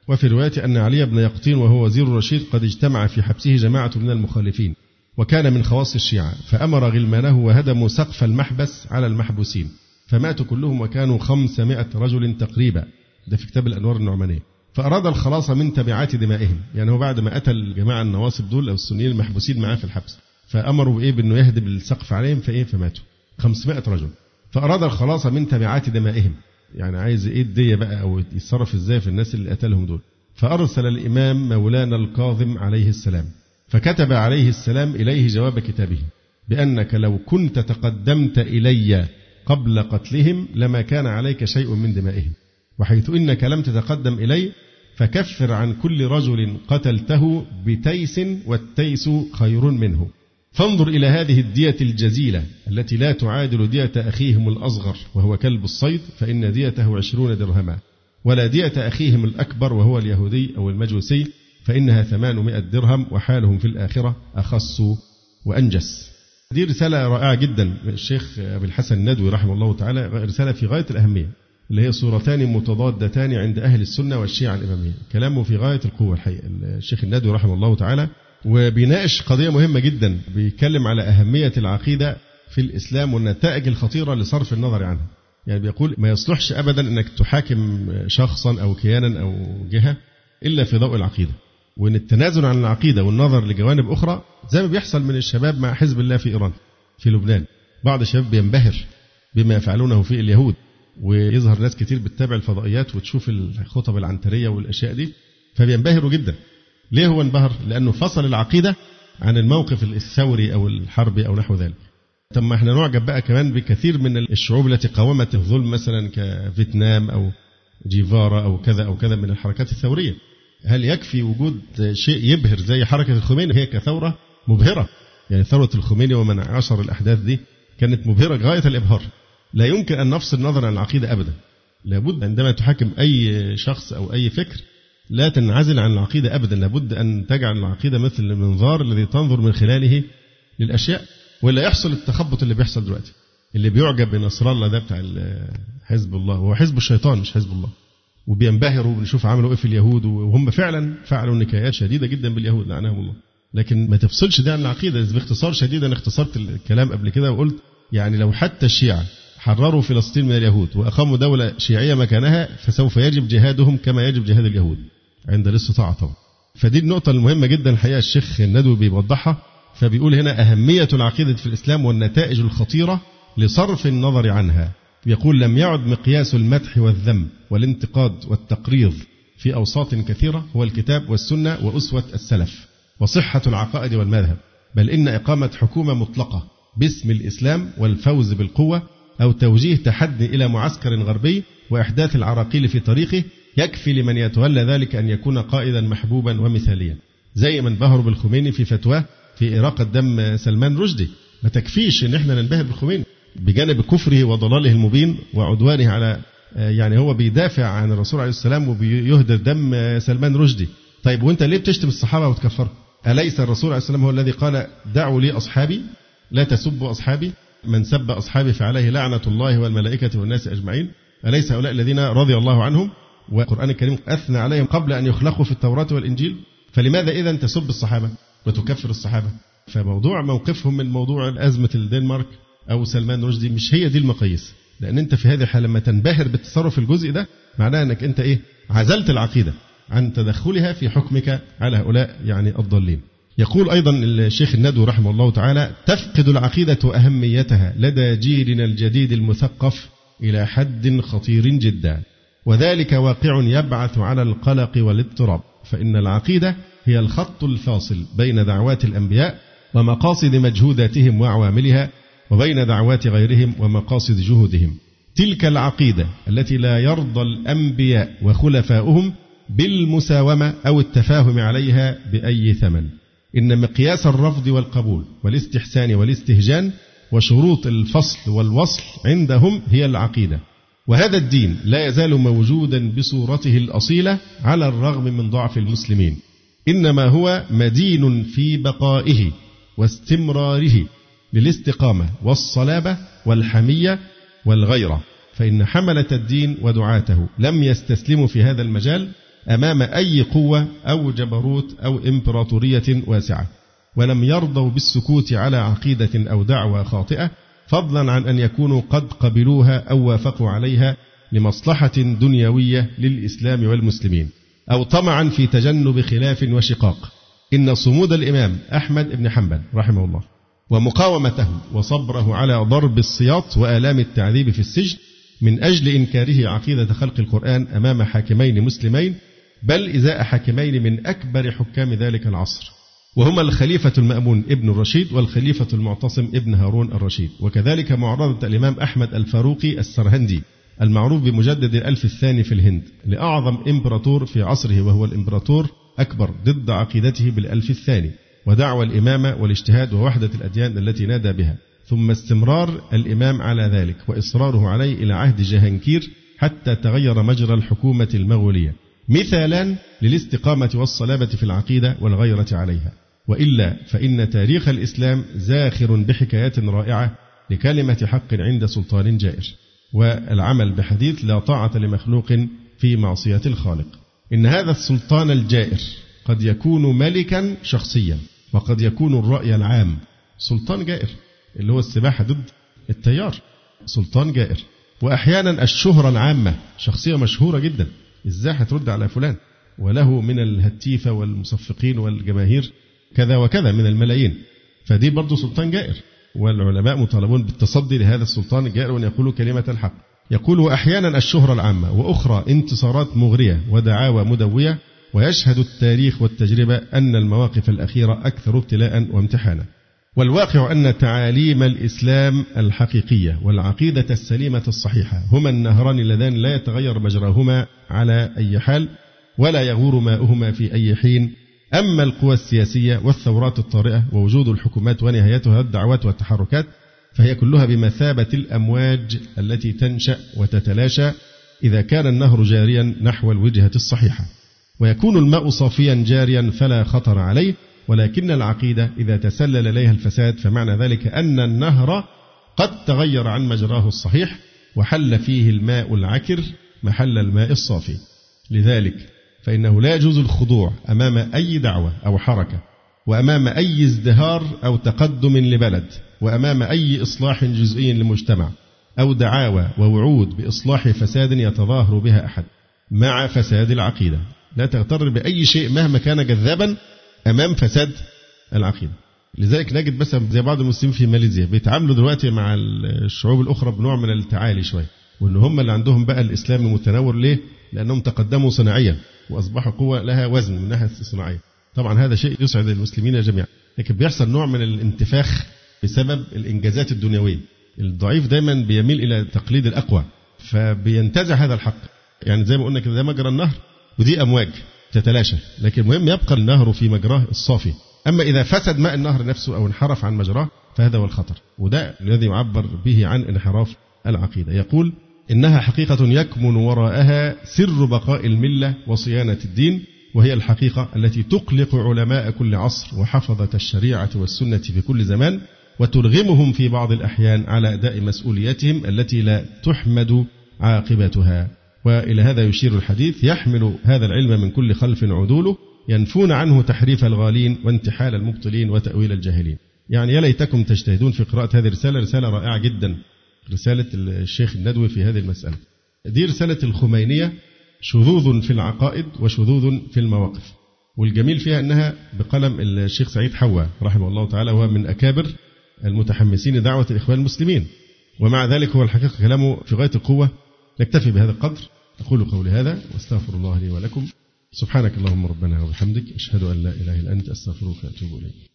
وفي رواية أن علي بن يقطين وهو وزير الرشيد قد اجتمع في حبسه جماعة من المخالفين، وكان من خواص الشيعة، فأمر غلمانه وهدموا سقف المحبس على المحبوسين فماتوا كلهم وكانوا خمسمائة رجل تقريبا، ده في كتاب الأنوار النعمانية. فأراد الخلاص من تبعات دمائهم، يعني هو بعد ما قتل الجماعة النواصب دول أو السنيين المحبوسين معاه في الحبس، فأمروا بإيه بأنه يهدم السقف عليهم فإيه فماتوا خمسمائة رجل. فأراد الخلاص من تبعات دمائهم، يعني عايز إيه الدية بقى أو يتصرف إزاي في الناس اللي قتلهم دول. فأرسل الإمام مولانا الكاظم عليه السلام، فكتب عليه السلام إليه جواب كتابه بأنك لو كنت تقدمت إلي قبل قتلهم لما كان عليك شيء من دمائهم، وحيث إنك لم تتقدم إلي فكفر عن كل رجل قتلته بتيس والتيس خير منه. فانظر إلى هذه الدية الجزيلة التي لا تعادل دية أخيهم الأصغر وهو كلب الصيد، فإن ديته عشرون درهما، ولا دية أخيهم الأكبر وهو اليهودي أو المجوسي فإنها ثمانمائة درهم، وحالهم في الآخرة أخص وأنجس. دي رسالة رائعة جدا الشيخ أبي الحسن الندوي رحمه الله تعالى، رسالة في غاية الأهمية، اللي هي صورتان متضادتان عند أهل السنة والشيعة الإمامية. كلامه في غاية القوة الحقيقة الشيخ الندوي رحمه الله تعالى، وبيناقش قضية مهمة جدا، بيتكلم على أهمية العقيدة في الإسلام والنتائج الخطيرة لصرف النظر عنها. يعني بيقول ما يصلحش أبدا أنك تحاكم شخصا أو كيانا أو جهة إلا في ضوء العقيدة، وأن التنازل عن العقيدة والنظر لجوانب أخرى زي ما بيحصل من الشباب مع حزب الله في إيران في لبنان. بعض الشباب بينبهر بما يفعلونه في اليهود، ويظهر ناس كتير بتتابع الفضائيات وتشوف الخطب العنترية والأشياء دي فبينبهروا جدا. ليه هو انبهر؟ لأنه فصل العقيدة عن الموقف الثوري أو الحربي أو نحو ذلك. طب ما احنا نعجب بقى كمان بكثير من الشعوب التي قاومت الظلم مثلا كفيتنام أو جيفارا أو كذا أو كذا من الحركات الثورية. هل يكفي وجود شيء يبهر زي حركة الخميني؟ هي كثورة مبهرة، يعني ثورة الخميني ومن عشر الأحداث دي كانت مبهرة غاية الإبهار. لا يمكن أن نفصل النظر عن العقيدة أبدا، لابد عندما تحاكم أي شخص أو أي فكر لا تنعزل عن العقيدة أبدا، لابد أن تجعل العقيدة مثل المنظار الذي تنظر من خلاله للأشياء، ولا يحصل التخبط اللي بيحصل دلوقتي، اللي بيعجب بنصر الله ده بتاع حزب الله، هو حزب الشيطان مش حزب الله، وبينبهروا بنشوف عملوا إيه في اليهود، وهم فعلا فعلوا نكايات شديدة جدا باليهود لعنهم الله. لكن ما تفصلش ده عن العقيدة. باختصار شديد أنا اختصرت الكلام قبل كده وقلت يعني لو حتى الشيعة حرروا فلسطين من اليهود وأقاموا دولة شيعية مكانها فسوف يجب جهادهم كما يجب جهاد اليهود عند الاستطاعة طبعا. فدي النقطة المهمة جدا الحقيقة الشيخ الندوي بيوضحها. فبيقول هنا أهمية العقيدة في الإسلام والنتائج الخطيرة لصرف النظر عنها. يقول لم يعد مقياس المدح والذم والانتقاد والتقريض في أوساط كثيرة هو الكتاب والسنة وأسوة السلف وصحة العقائد والمذهب، بل إن إقامة حكومة مطلقة باسم الإسلام والفوز بالقوة أو توجيه تحدي إلى معسكر غربي وإحداث العراقيل في طريقه يكفي لمن يتولى ذلك أن يكون قائدا محبوبا ومثاليا، زي من انبهروا بالخميني في فتواه في إراقة دم سلمان رشدي. ما تكفيش إن احنا ننبهر بالخميني بجانب كفره وضلاله المبين وعدوانه على، يعني هو بيدافع عن الرسول عليه السلام وبيهدر دم سلمان رشدي. طيب وانت ليه بتشتم الصحابة وتكفرهم؟ أليس الرسول عليه السلام هو الذي قال دعوا لي أصحابي لا تسبوا أصحابي، من سب أصحابي فعليه لعنة الله والملائكة والناس أجمعين؟ أليس هؤلاء الذين رضي الله عنهم والقرآن الكريم أثنى عليهم قبل أن يخلقوا في التوراة والإنجيل؟ فلماذا إذن تسب الصحابة وتكفر الصحابة؟ فموضوع موقفهم من موضوع أزمة الدنمارك أو سلمان رشدي مش هي دي المقاييس، لأن أنت في هذه الحالة لما تنبهر بالتصرف الجزئي ده معناه أنك أنت إيه؟ عزلت العقيدة عن تدخلها في حكمك على هؤلاء يعني الضالين. يقول أيضا الشيخ الندوي رحمه الله تعالى تفقد العقيدة أهميتها لدى جيلنا الجديد المثقف إلى حد خطير جدا، وذلك واقع يبعث على القلق والاضطراب، فإن العقيدة هي الخط الفاصل بين دعوات الأنبياء ومقاصد مجهوداتهم وعواملها وبين دعوات غيرهم ومقاصد جهودهم. تلك العقيدة التي لا يرضى الأنبياء وخلفاؤهم بالمساومة أو التفاهم عليها بأي ثمن. إن مقياس الرفض والقبول والاستحسان والاستهجان وشروط الفصل والوصل عندهم هي العقيدة، وهذا الدين لا يزال موجودا بصورته الأصيلة على الرغم من ضعف المسلمين، إنما هو مدين في بقائه واستمراره للاستقامة والصلابة والحمية والغيرة، فإن حملة الدين ودعاته لم يستسلموا في هذا المجال أمام أي قوة أو جبروت أو إمبراطورية واسعة، ولم يرضوا بالسكوت على عقيدة أو دعوة خاطئة، فضلا عن أن يكونوا قد قبلوها أو وافقوا عليها لمصلحة دنيوية للإسلام والمسلمين، أو طمعا في تجنب خلاف وشقاق. إن صمود الإمام أحمد بن حنبل رحمه الله ومقاومته وصبره على ضرب السياط وآلام التعذيب في السجن من أجل إنكاره عقيدة خلق القرآن أمام حاكمين مسلمين، بل إزاء حاكمين من أكبر حكام ذلك العصر، وهما الخليفة المأمون ابن الرشيد والخليفة المعتصم ابن هارون الرشيد، وكذلك معارضة الإمام أحمد الفاروقي السرهندي المعروف بمجدد الألف الثاني في الهند لأعظم إمبراطور في عصره وهو الإمبراطور أكبر ضد عقيدته بالألف الثاني ودعوى الإمامة والاجتهاد ووحدة الأديان التي نادى بها، ثم استمرار الإمام على ذلك وإصراره عليه إلى عهد جهانكير حتى تغير مجرى الحكومة المغولية، مثالا للاستقامة والصلابة في العقيدة والغيرة عليها. وإلا فإن تاريخ الإسلام زاخر بحكايات رائعة لكلمة حق عند سلطان جائر، والعمل بحديث لا طاعة لمخلوق في معصية الخالق. إن هذا السلطان الجائر قد يكون ملكا شخصيا، وقد يكون الرأي العام. سلطان جائر اللي هو السباحة ضد التيار، سلطان جائر. وأحيانا الشهرة العامة، شخصية مشهورة جدا، إزاي هترد على فلان وله من الهتيفة والمصفقين والجماهير كذا وكذا من الملايين، فدي برضو سلطان جائر، والعلماء مطالبون بالتصدي لهذا السلطان الجائر وأن يقولوا كلمة الحق. يقول وأحيانا الشهرة العامة، وأخرى انتصارات مغرية ودعاوى مدوية، ويشهد التاريخ والتجربة أن المواقف الأخيرة أكثر ابتلاء وامتحانا. والواقع أن تعاليم الإسلام الحقيقية والعقيدة السليمة الصحيحة هما النهران اللذان لا يتغير مجراهما على أي حال ولا يغور ماؤهما في أي حين. أما القوى السياسية والثورات الطارئة ووجود الحكومات ونهايتها الدعوات والتحركات فهي كلها بمثابة الأمواج التي تنشأ وتتلاشى إذا كان النهر جاريا نحو الوجهة الصحيحة، ويكون الماء صافيا جاريا فلا خطر عليه. ولكن العقيدة إذا تسلل إليها الفساد فمعنى ذلك أن النهر قد تغير عن مجراه الصحيح وحل فيه الماء العكر محل الماء الصافي. لذلك فإنه لا يجوز الخضوع أمام أي دعوة أو حركة، وأمام أي ازدهار أو تقدم لبلد، وأمام أي إصلاح جزئي لمجتمع، أو دعاوى ووعود بإصلاح فساد يتظاهر بها أحد مع فساد العقيدة. لا تغتر بأي شيء مهما كان جذابا أمام فساد العقيدة. لذلك نجد مثلا زي بعض المسلمين في ماليزيا بيتعاملوا دلوقتي مع الشعوب الأخرى بنوع من التعالي شوية، وإن هم اللي عندهم بقى الإسلام متنور. ليه؟ لأنهم تقدموا صناعيا وأصبحوا قوة لها وزن من ناحية الصناعية. طبعا هذا شيء يسعد المسلمين جميعا، لكن بيحصل نوع من الانتفاخ بسبب الإنجازات الدنيوية. الضعيف دايما بيميل إلى تقليد الأقوى، فبينتزع هذا الحق. يعني زي ما قلنا كده، ده مجرى النهر ودي أمواج تتلاشى، لكن المهم يبقى النهر في مجراه الصافي. أما إذا فسد ماء النهر نفسه أو انحرف عن مجراه فهذا هو الخطر، وده الذي يعبر به عن انحراف العقيدة. يقول إنها حقيقة يكمن وراءها سر بقاء الملة وصيانة الدين، وهي الحقيقة التي تقلق علماء كل عصر وحفظة الشريعة والسنة في كل زمان، وترغمهم في بعض الأحيان على أداء مسؤولياتهم التي لا تحمد عاقبتها. وإلى هذا يشير الحديث: يحمل هذا العلم من كل خلف عدوله، ينفون عنه تحريف الغالين وانتحال المبطلين وتأويل الجاهلين. يعني يا ليتكم تجتهدون في قراءة هذه الرسالة، رسالة رائعة جدا، رسالة الشيخ الندوي في هذه المسألة. دي رسالة الخمينية، شذوذ في العقائد وشذوذ في المواقف، والجميل فيها أنها بقلم الشيخ سعيد حوا رحمه الله تعالى، وهو من أكابر المتحمسين دعوة الإخوان المسلمين، ومع ذلك هو الحقيقة كلامه في غاية القوة. نكتفي بهذا القدر، أقول قولي هذا واستغفر الله لي ولكم. سبحانك اللهم ربنا وبحمدك، أشهد أن لا إله إلا أنت، أستغفرك وأتوب إليك.